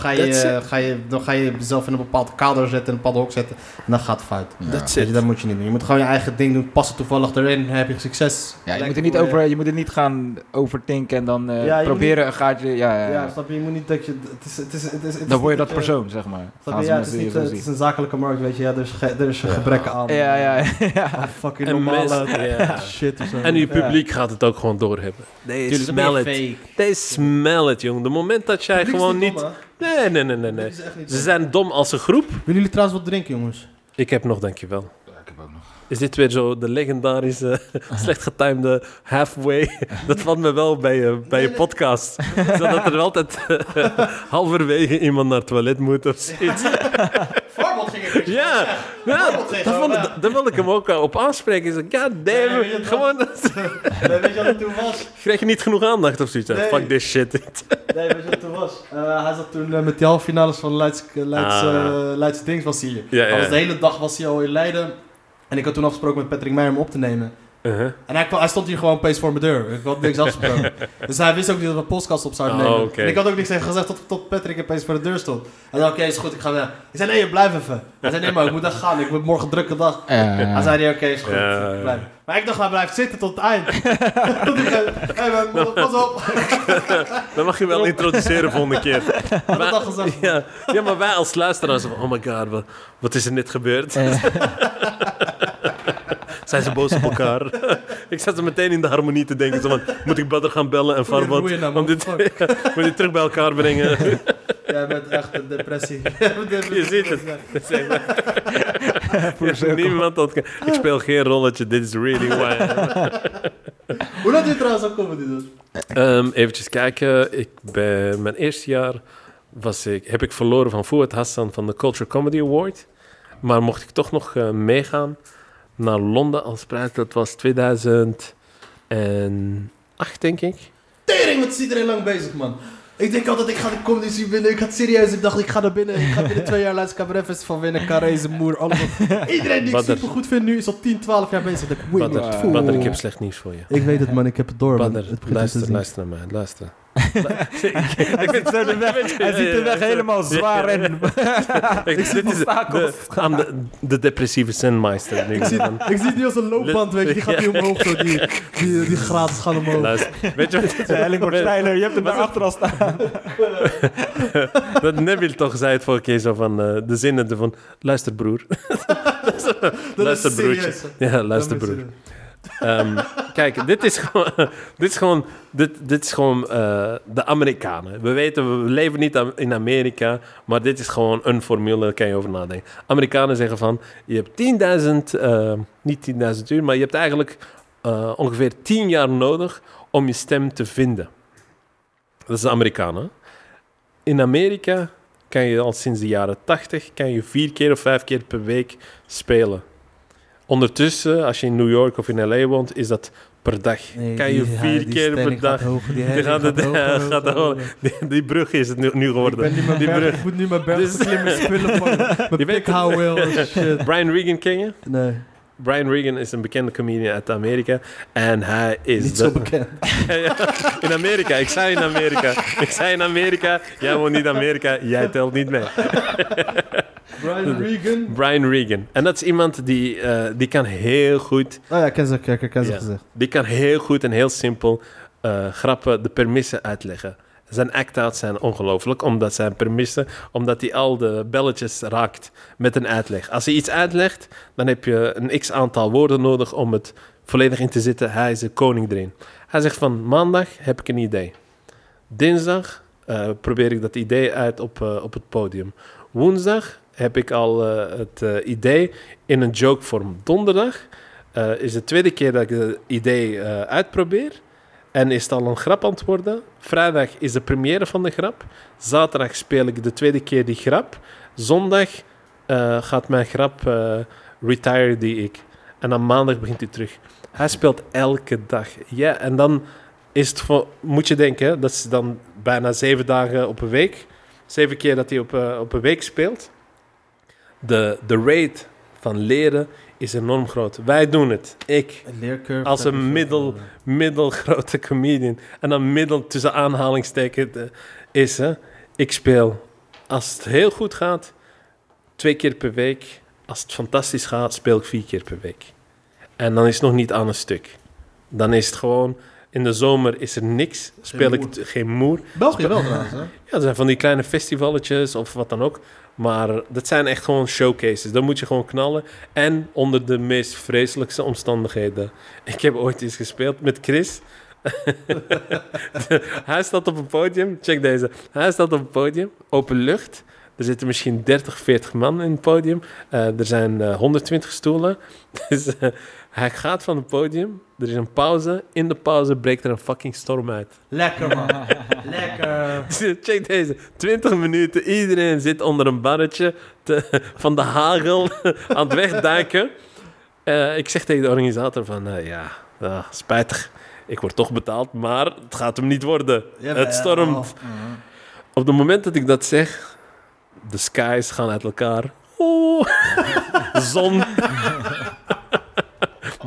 je jezelf in een bepaald kader zetten, een bepaald hok zetten. En dan gaat het fout. That's it. Dat moet je niet doen. Je moet gewoon je eigen ding doen. Passen toevallig erin. Dan heb je succes. Ja, je moet er niet gaan overdenken en dan proberen een gaatje. Ja, snap je? Je moet niet dat je... Dan word je dat persoon, zeg maar. Het is een zakelijke markt, weet je. Ja, er is een gebrek aan. Ja. Fucking normale shit of zo. En je publiek gaat het ook gewoon doorhebben. They smell it. They smell it, jong. De moment dat jij gewoon niet... Nee. Ze zijn dom als een groep. Willen jullie trouwens wat drinken, jongens? Ik heb nog, dankjewel. Ja, ik heb ook nog. Is dit weer zo de legendarische, slecht getimede halfway? Dat valt me wel bij je podcast. Zodat er altijd halverwege iemand naar het toilet moet of zoiets. Voorbeeld ging ik Ja, daar wilde ik hem ook op aanspreken. God damn, gewoon... Weet je wat het toen was? Krijg je niet genoeg aandacht of zoiets? Nee. Fuck this shit. Nee, weet je wat het toen was? Hij zat toen met die halve finales van Leidse Dings was hij hier. Ja. De hele dag was hij al in Leiden. En ik had toen afgesproken met Patrick Meijer om op te nemen. En hij stond hier gewoon opeens voor mijn deur. Ik had niks afgesproken. Dus hij wist ook niet dat we een podcast op zouden nemen. Okay. En ik had ook niks gezegd tot Patrick opeens voor de deur stond. Hij zei, oké, is goed, ik ga weg. Ik zei, nee, blijf even. Hij zei, nee, maar ik moet echt gaan. Ik moet morgen een drukke dag. Hij zei, oké, is goed. Blijf. Maar ik dacht, hij blijft zitten tot het eind. Tot ik zei, man, pas op. Dan mag je wel introduceren volgende keer. Dat gezegd. Ja, maar wij als luisteraars, oh my god, wat is er net gebeurd? Zijn ze boos op elkaar? Ik zat er meteen in de harmonie te denken. Zo van, moet ik Badr gaan bellen en Farbat om dit terug bij elkaar brengen? Jij bent echt een depressie. Je ziet het. Niemand ontkennen. Ik speel geen rolletje. Dit is really wild. Hoe laat je trouwens aan comedy doen? Eventjes kijken. Mijn eerste jaar heb ik verloren van Fouad Hassan van de Culture Comedy Award. Maar mocht ik toch nog meegaan naar Londen als prijs. Dat was 2008, denk ik. Tering, wat is iedereen lang bezig, man. Ik denk altijd, ik ga de comedy zien winnen. Ik ga het serieus, ik dacht, ik ga binnen 2 jaar Leids Cabaret Festival winnen. Carré, zijn moer, allemaal. Iedereen die ik super goed vind nu is al 10, 12 jaar bezig. Badr, ik heb slecht nieuws voor je. Ik weet het, man. Ik heb het door, man. Badr, luister naar mij. Luister. Hij ziet de weg helemaal zwaar en... Dit is de depressieve zenmeister. Ik zie het niet als een loopband, weet je. Die gaat niet omhoog, zo. Die gratis gaan omhoog. Luister, weet je wat de helling wordt steiler, je hebt hem daarachter al staan. Dat Nabil toch zei het vorige keer zo van de zinnen van... Luister, broer. Luister, broertje. Ja, luister, broer. Kijk, dit is gewoon de Amerikanen. We weten, we leven niet in Amerika, maar dit is gewoon een formule, daar kan je over nadenken. Amerikanen zeggen van, je hebt 10.000, niet 10.000 uur, maar je hebt eigenlijk ongeveer 10 jaar nodig om je stem te vinden. Dat is de Amerikanen. In Amerika kan je al sinds de jaren 80, kan je 4 keer of 5 keer per week spelen. Ondertussen, als je in New York of in L.A. woont, is dat per dag. Nee, kan je 4 keer per dag... Die brug is het nu geworden. Ik moet nu mijn bergslimmers spullen pakken. Mijn pikhouweel. Brian Regan ken je? Nee. Brian Regan is een bekende comedian uit Amerika. En hij is... Niet zo bekend. In Amerika. Ik zei in Amerika. Jij woont niet in Amerika. Jij telt niet mee. Brian Regan. En dat is iemand die kan heel goed... Oh ja, ik ken ze gezegd. Die kan heel goed en heel simpel grappen, de premissen uitleggen. Zijn act-outs zijn ongelooflijk, omdat hij al de belletjes raakt met een uitleg. Als hij iets uitlegt, dan heb je een x-aantal woorden nodig om het volledig in te zitten. Hij is de koning erin. Hij zegt van, maandag heb ik een idee. Dinsdag probeer ik dat idee uit op het podium. Woensdag heb ik al het idee in een joke-vorm. Donderdag is de tweede keer dat ik het idee uitprobeer. En is het al een grap aan het worden. Vrijdag is de première van de grap. Zaterdag speel ik de tweede keer die grap. Zondag gaat mijn grap retire die ik. En dan maandag begint hij terug. Hij speelt elke dag. Ja, en dan is het moet je denken, dat is dan bijna 7 dagen op een week. 7 keer dat hij op een week speelt. De rate van leren is enorm groot. Wij doen het. Ik, als een middelgrote comedian. En dan middel tussen aanhalingstekens is... ik speel, als het heel goed gaat, 2 keer per week. Als het fantastisch gaat, speel ik 4 keer per week. En dan is het nog niet aan een stuk. Dan is het gewoon... In de zomer is er niks. Speel ik geen moer. België wel trouwens, hè? Ja, er zijn van die kleine festivalletjes of wat dan ook. Maar dat zijn echt gewoon showcases. Dan moet je gewoon knallen. En onder de meest vreselijkste omstandigheden. Ik heb ooit eens gespeeld met Chris. Hij staat op een podium. Check deze. Hij staat op een podium. Open lucht. Er zitten misschien 30, 40 man in het podium. Er zijn 120 stoelen. Dus hij gaat van het podium. Er is een pauze. In de pauze breekt er een fucking storm uit. Lekker, man. Lekker. Check deze. 20 minuten. Iedereen zit onder een barretje van de hagel aan het wegduiken. Ik zeg tegen de organisator van... spijtig. Ik word toch betaald, maar het gaat hem niet worden. Het stormt. Op het moment dat ik dat zeg... De skies gaan uit elkaar. Zon.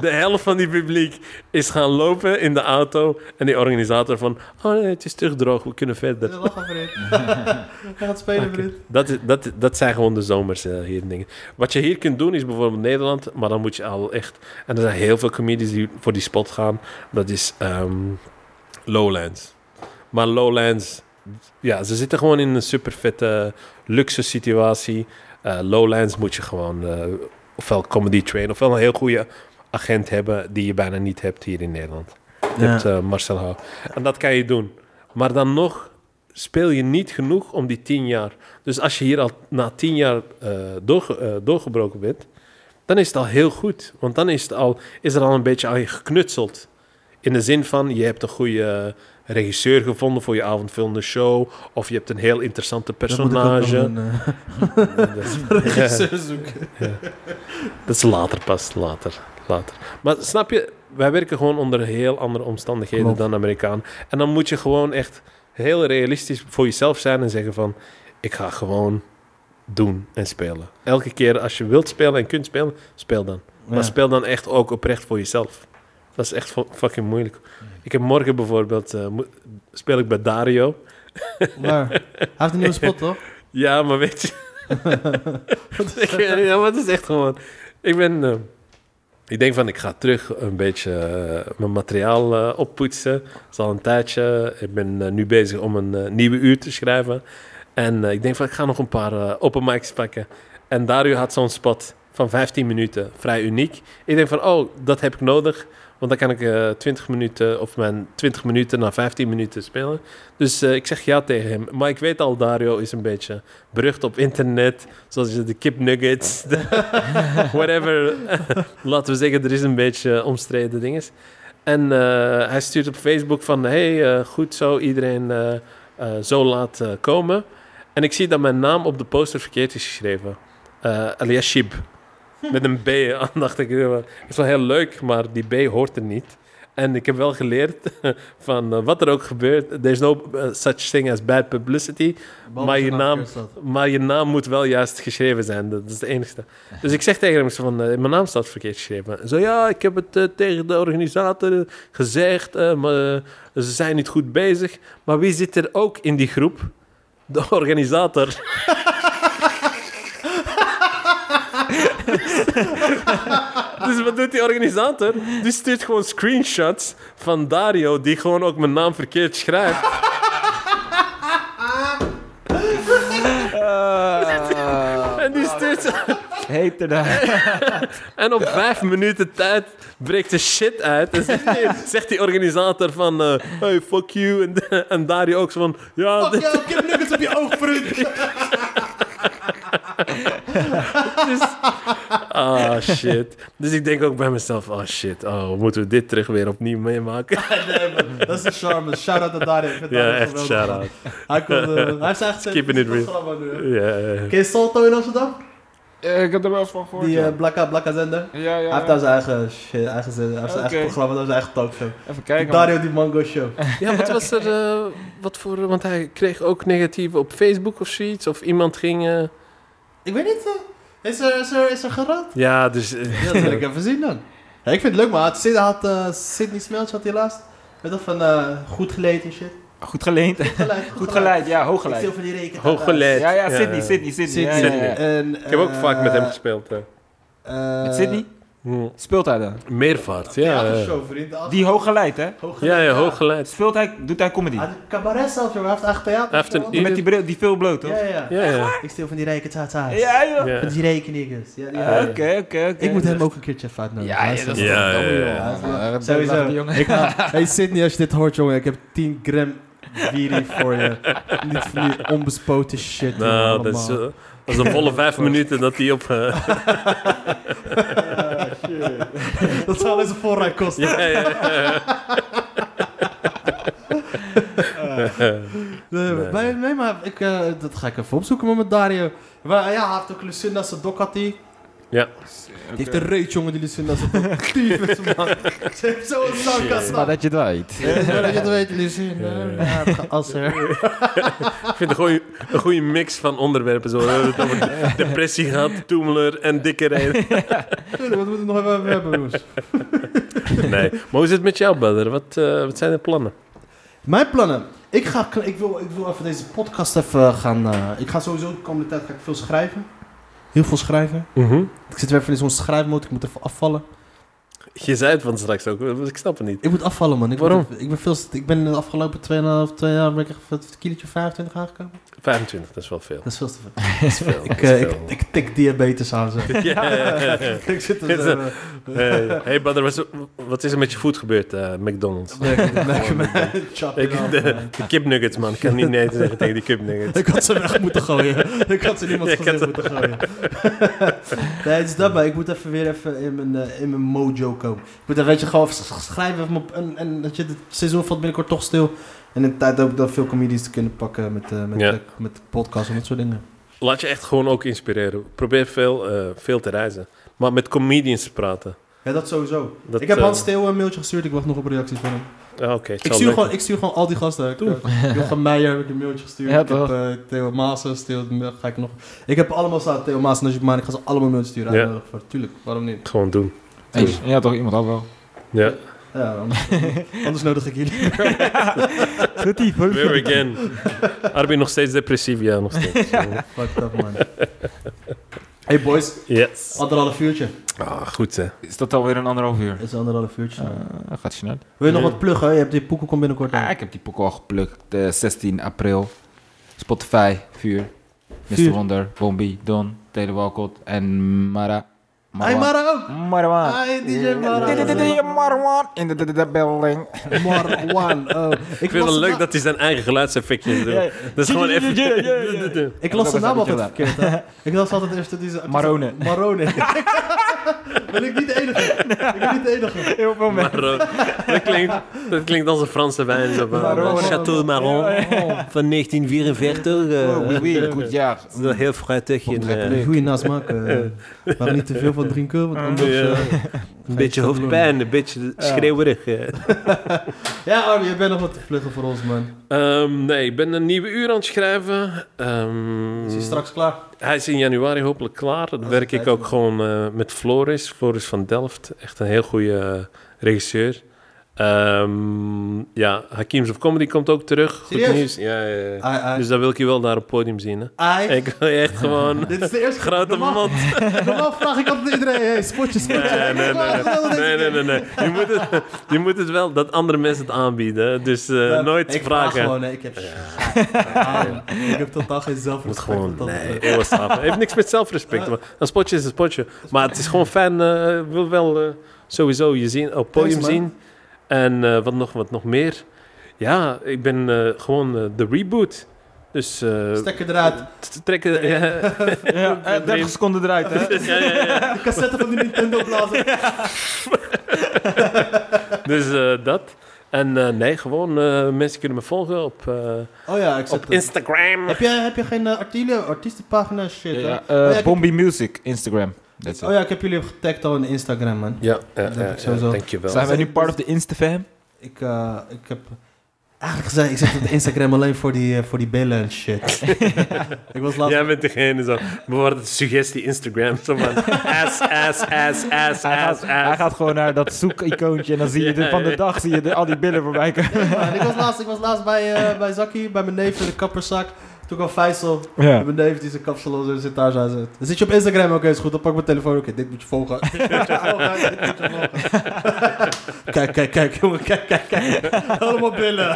De helft van die publiek is gaan lopen in de auto. En die organisator van... Oh nee, het is terug droog, we kunnen verder. Lachen, vriend. Hij gaat spelen, vriend. Dat zijn gewoon de zomers hier dingen. Wat je hier kunt doen is bijvoorbeeld Nederland... Maar dan moet je al echt... En er zijn heel veel comedies die voor die spot gaan. Dat is Lowlands. Maar Lowlands... Ja, ze zitten gewoon in een super vette luxe situatie. Lowlands moet je gewoon ofwel comedy train... ofwel een heel goede agent hebben... die je bijna niet hebt hier in Nederland. Je hebt Marcel Houw. En dat kan je doen. Maar dan nog speel je niet genoeg om die 10 jaar. Dus als je hier al na 10 jaar doorgebroken bent... dan is het al heel goed. Want dan is er al een beetje aan je geknutseld. In de zin van, je hebt een goede regisseur gevonden voor je avondvullende show... of je hebt een heel interessante personage. Regisseur zoeken. Ja. Dat is later pas, later. Maar snap je, wij werken gewoon onder heel andere omstandigheden dan Amerikaan. En dan moet je gewoon echt heel realistisch voor jezelf zijn en zeggen van... ik ga gewoon doen en spelen. Elke keer als je wilt spelen en kunt spelen, speel dan. Maar speel dan echt ook oprecht voor jezelf. Dat is echt fucking moeilijk. Ik heb morgen bijvoorbeeld... speel ik bij Dario. Maar hij heeft een nieuwe spot, toch? Ja, maar weet je... ja, maar het is echt gewoon... Ik denk van, ik ga terug een beetje mijn materiaal oppoetsen. Dat is al een tijdje. Ik ben nu bezig om een nieuwe uur te schrijven. En ik denk van, ik ga nog een paar open mics pakken. En Dario had zo'n spot van 15 minuten. Vrij uniek. Ik denk van, oh, dat heb ik nodig. Want dan kan ik 20 minuten of mijn 20 minuten naar 15 minuten spelen. Dus ik zeg ja tegen hem. Maar ik weet al, Dario is een beetje berucht op internet. Zoals de kipnuggets. Whatever. Laten we zeggen, er is een beetje omstreden dinges. En hij stuurt op Facebook van... Hey, goed zo, iedereen zo laat komen. En ik zie dat mijn naam op de poster verkeerd is geschreven. Alias Shib. Met een B. Dan dacht ik, het is wel heel leuk, maar die B hoort er niet. En ik heb wel geleerd van wat er ook gebeurt. There's no such thing as bad publicity. Maar je naam moet wel juist geschreven zijn. Dat is het enigste. Dus ik zeg tegen hem van, mijn naam staat verkeerd geschreven. Zo ja, ik heb het tegen de organisator gezegd. Maar ze zijn niet goed bezig. Maar wie zit er ook in die groep? De organisator. Dus wat doet die organisator? Die stuurt gewoon screenshots van Dario... die gewoon ook mijn naam verkeerd schrijft. En die stuurt... Heet er daar. En op 5 minuten tijd breekt de shit uit. En zegt die organisator van... hey, fuck you. En Dario ook zo van... Ja, fuck jou, ik heb nuggets op je oog, vriend. Shit. Dus ik denk ook bij mezelf, shit, moeten we dit terug weer opnieuw meemaken? Nee, dat is de charme. Shout-out naar Dario. Ja, echt shout-out. Hij heeft echt keeping it real. Ken je Salto in Amsterdam? Ik heb er wel eens van gehoord. Die Blakka zender? Ja. Hij heeft daar zijn eigen shit, hij heeft zijn eigen programma, zijn eigen talkshow. Even kijken. Dario die Mango Show. Ja, wat was er, want hij kreeg ook negatieve op Facebook of zoiets, of iemand ging... Ik weet niet, is er gerad? Ja, dus... Ja, dat wil ik even zien dan. Ja, ik vind het leuk, man. Sidney Smeltje had hij laatst. Weet toch van goed geleid en shit. Goed geleend. Goed geleid, ja, hoog geleid. Ik stil van die reken. Hoog geleid. Ja, Sidney. Ja. En, ik heb ook vaak met hem gespeeld. Met Sidney? Speelt hij dan? Meervaart, ja. Show, vriend. Die hoog geleid, hè? Ja, hoog geleid. Doet hij comedy? Hij cabaret zelf, jongen. Hij heeft eigen theater. Hij heeft een... Met die bril, die veel bloot, toch? Ja. Ik stil van die reken tata's. Ja, joh. Van die rekenigers. Oké. Ik moet hem ook een keertje even uitnodigen. Ja, dat is ja. Sowieso. Hey Sidney, als je dit hoort, jongen. Ik heb 10 gram Wiri voor je. Niet van die onbespoten shit. Nou, dat is een volle 5 minuten dat hij op... Shit. Dat zou eens een voorrij kosten. Ja. Nee, maar dat ga ik even opzoeken met Dario. Maar ja, hij heeft ook Lucinda Sadok had hij. Ja. Die heeft een reet, jongen, die Lucinda. Ze heeft man. Ze heeft zo'n zangkast. Maar dat je het weet. Ja, dat je het weet, Lucinda. Ja, het geasser. Ik vind het gewoon een goede mix van onderwerpen. Zo. We hebben het over depressie gehad, Toemler en dikke reden. Wat moeten we nog even hebben, jongens? Nee. Maar hoe zit het met jou, Badr? Wat zijn de plannen? Mijn plannen? Ik wil even deze podcast even gaan... ik ga sowieso de komende tijd veel schrijven. Heel veel schrijven. Ik zit weer even in zo'n schrijfmode. Ik moet even afvallen. Je zei het van straks ook. Ik snap het niet. Ik moet afvallen, man. Waarom? Ik ben de afgelopen 2,5 jaar ben ik echt een kilootje 25 aangekomen. 25, dat is wel veel. Dat is veel te veel. Ik tik diabetes aan, zeg. Ik zit er zo... Hey Badr, wat is er met je voet gebeurd, McDonald's? De kipnuggets, man. Ik kan niet nee zeggen tegen die kipnuggets. Ik had ze weg moeten gooien. Ik had ze niemand gezicht moeten gooien. Nee, het is dat, maar ik moet even in mijn mojo komen. Ik moet even, weet je, gewoon schrijven en dat je het seizoen valt binnenkort toch stil. En in de tijd ook dat veel comedies te kunnen pakken met podcasts en dat soort dingen. Laat je echt gewoon ook inspireren. Probeer veel te reizen. Maar met comedians te praten. Ja, dat sowieso. Ik heb Hans Steeuw een mailtje gestuurd. Ik wacht nog op reacties van hem. Oké. Ik stuur gewoon al die gasten. Jochem Meijer heb ik een mailtje gestuurd. Ja, ik heb Theo Maassen, ga ik nog... Ik heb allemaal staan Theo Maassen en Najib. Ik ga ze allemaal mailtjes sturen. Ja. Tuurlijk, waarom niet? Gewoon doen. Ja, toch? Iemand ook wel. Ja. Ja, anders nodig ik jullie. Weer again. Arbi nog steeds depressief? Ja, nog steeds. Fucked up, man. Hey boys. Yes. 1,5 uurtje. Ah, goed hè. Is dat alweer een 1,5 uur? Is 1,5 uurtje. Gaat snel. Wil je nog wat pluggen? Je hebt die pokoe komt binnenkort. Ik heb die pokoe al geplukt. 16 april. Spotify, Vuur. Mr. Wonder, Bombi, Don, Taylor Walcott en Mara. Hey Mara ook! Marwan. Hey DJ Mara. Marwan in de building. Marwan. Ik vind het leuk dat hij zijn eigen geluidseffectjes doet. Dat is gewoon even... Ik las de naam altijd verkeerd, hè. Ik las altijd eerst... Marone. Marone. Ben ik niet de enige? Ik ben niet de enige. Heel veel mensen. Dat klinkt als een Franse wijn. Zo van Château Marron van 1944. Oui, goed jaar. Heel fruitig. Goeie nasmaak. Maar niet te veel van drinken. Want anders, een beetje hoofdpijn, een beetje schreeuwerig. Ja, Arby, je bent nog wat te vluggen voor ons, man. Nee, ik ben een nieuwe uur aan het schrijven. Is hij straks klaar? Hij is in januari hopelijk klaar. Dan werk ik ook gewoon met Floris van Delft. Echt een heel goede regisseur. Ja, Hakims of Comedy komt ook terug. Serieus? Goed nieuws. Ja. Dus dan wil ik je wel naar een podium zien. Hè? Ik wil je echt gewoon... Dit is de eerste grote mond. Normaal vraag ik altijd iedereen, hey, spotje. Nee. Je moet het wel dat andere mensen het aanbieden. Dus nooit ik vragen. Vraag gewoon, ik heb totaal geen zelfrespect. Moet gewoon, het heeft niks met zelfrespect. Maar een spotje is een spotje. Maar het is gewoon fijn. Wil wel sowieso je zien, op podium zien. En wat nog meer? Ja, ik ben gewoon de reboot. Dus... stekker eruit. Trekken... 30 seconden eruit, hè? De cassette van die Nintendo blazen. Dus dat. En nee, gewoon mensen kunnen me volgen op, op Instagram. Heb je geen artiestenpagina shit? Bombi Music, Instagram. Oh ja, ik heb jullie getagd al in Instagram, man. Ja, dankjewel. Zijn wij nu part of the Instafam? Ik heb eigenlijk gezegd, ik zit op Instagram alleen voor die billen en shit. Ik was laatst... Jij bent degene zo, bijvoorbeeld suggestie Instagram, zo van ass. Hij gaat gewoon naar dat zoekicoontje en dan zie je van de dag al die billen voorbij komen. Ja, ik was laatst bij Zaki, bij mijn neef in de kapperzak. Toen kwam Faisal, mijn neef die zijn kapsalon zit daar zo. Dan zit je op Instagram, oké, is goed, dan pak ik mijn telefoon, oké, dit moet je volgen. Kijk, jongen, kijk. Allemaal billen.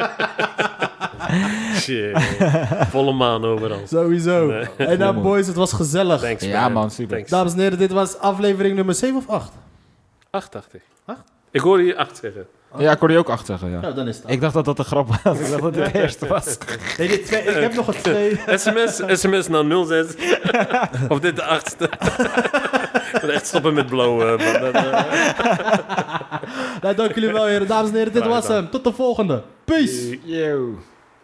Shit, volle maan overal. Sowieso. Nee. Hey, nou boys, het was gezellig. Thanks, ja man, super. Thanks. Dames en heren, dit was aflevering nummer 7 of 8? 8, dacht ik. 8? Ik hoorde je 8 zeggen. Ja, ik hoorde je ook 8 zeggen, ja. Nou, dan is het 8. Ik dacht dat dat een grap was. Ik dacht dat het de eerste was. Nee, ik heb nog een 2. SMS naar 06. Of dit de 8ste. Ik moet echt stoppen met blowen. Nou, dank jullie wel, heren. Dames en heren, dit was hem. Tot de volgende. Peace. Yo.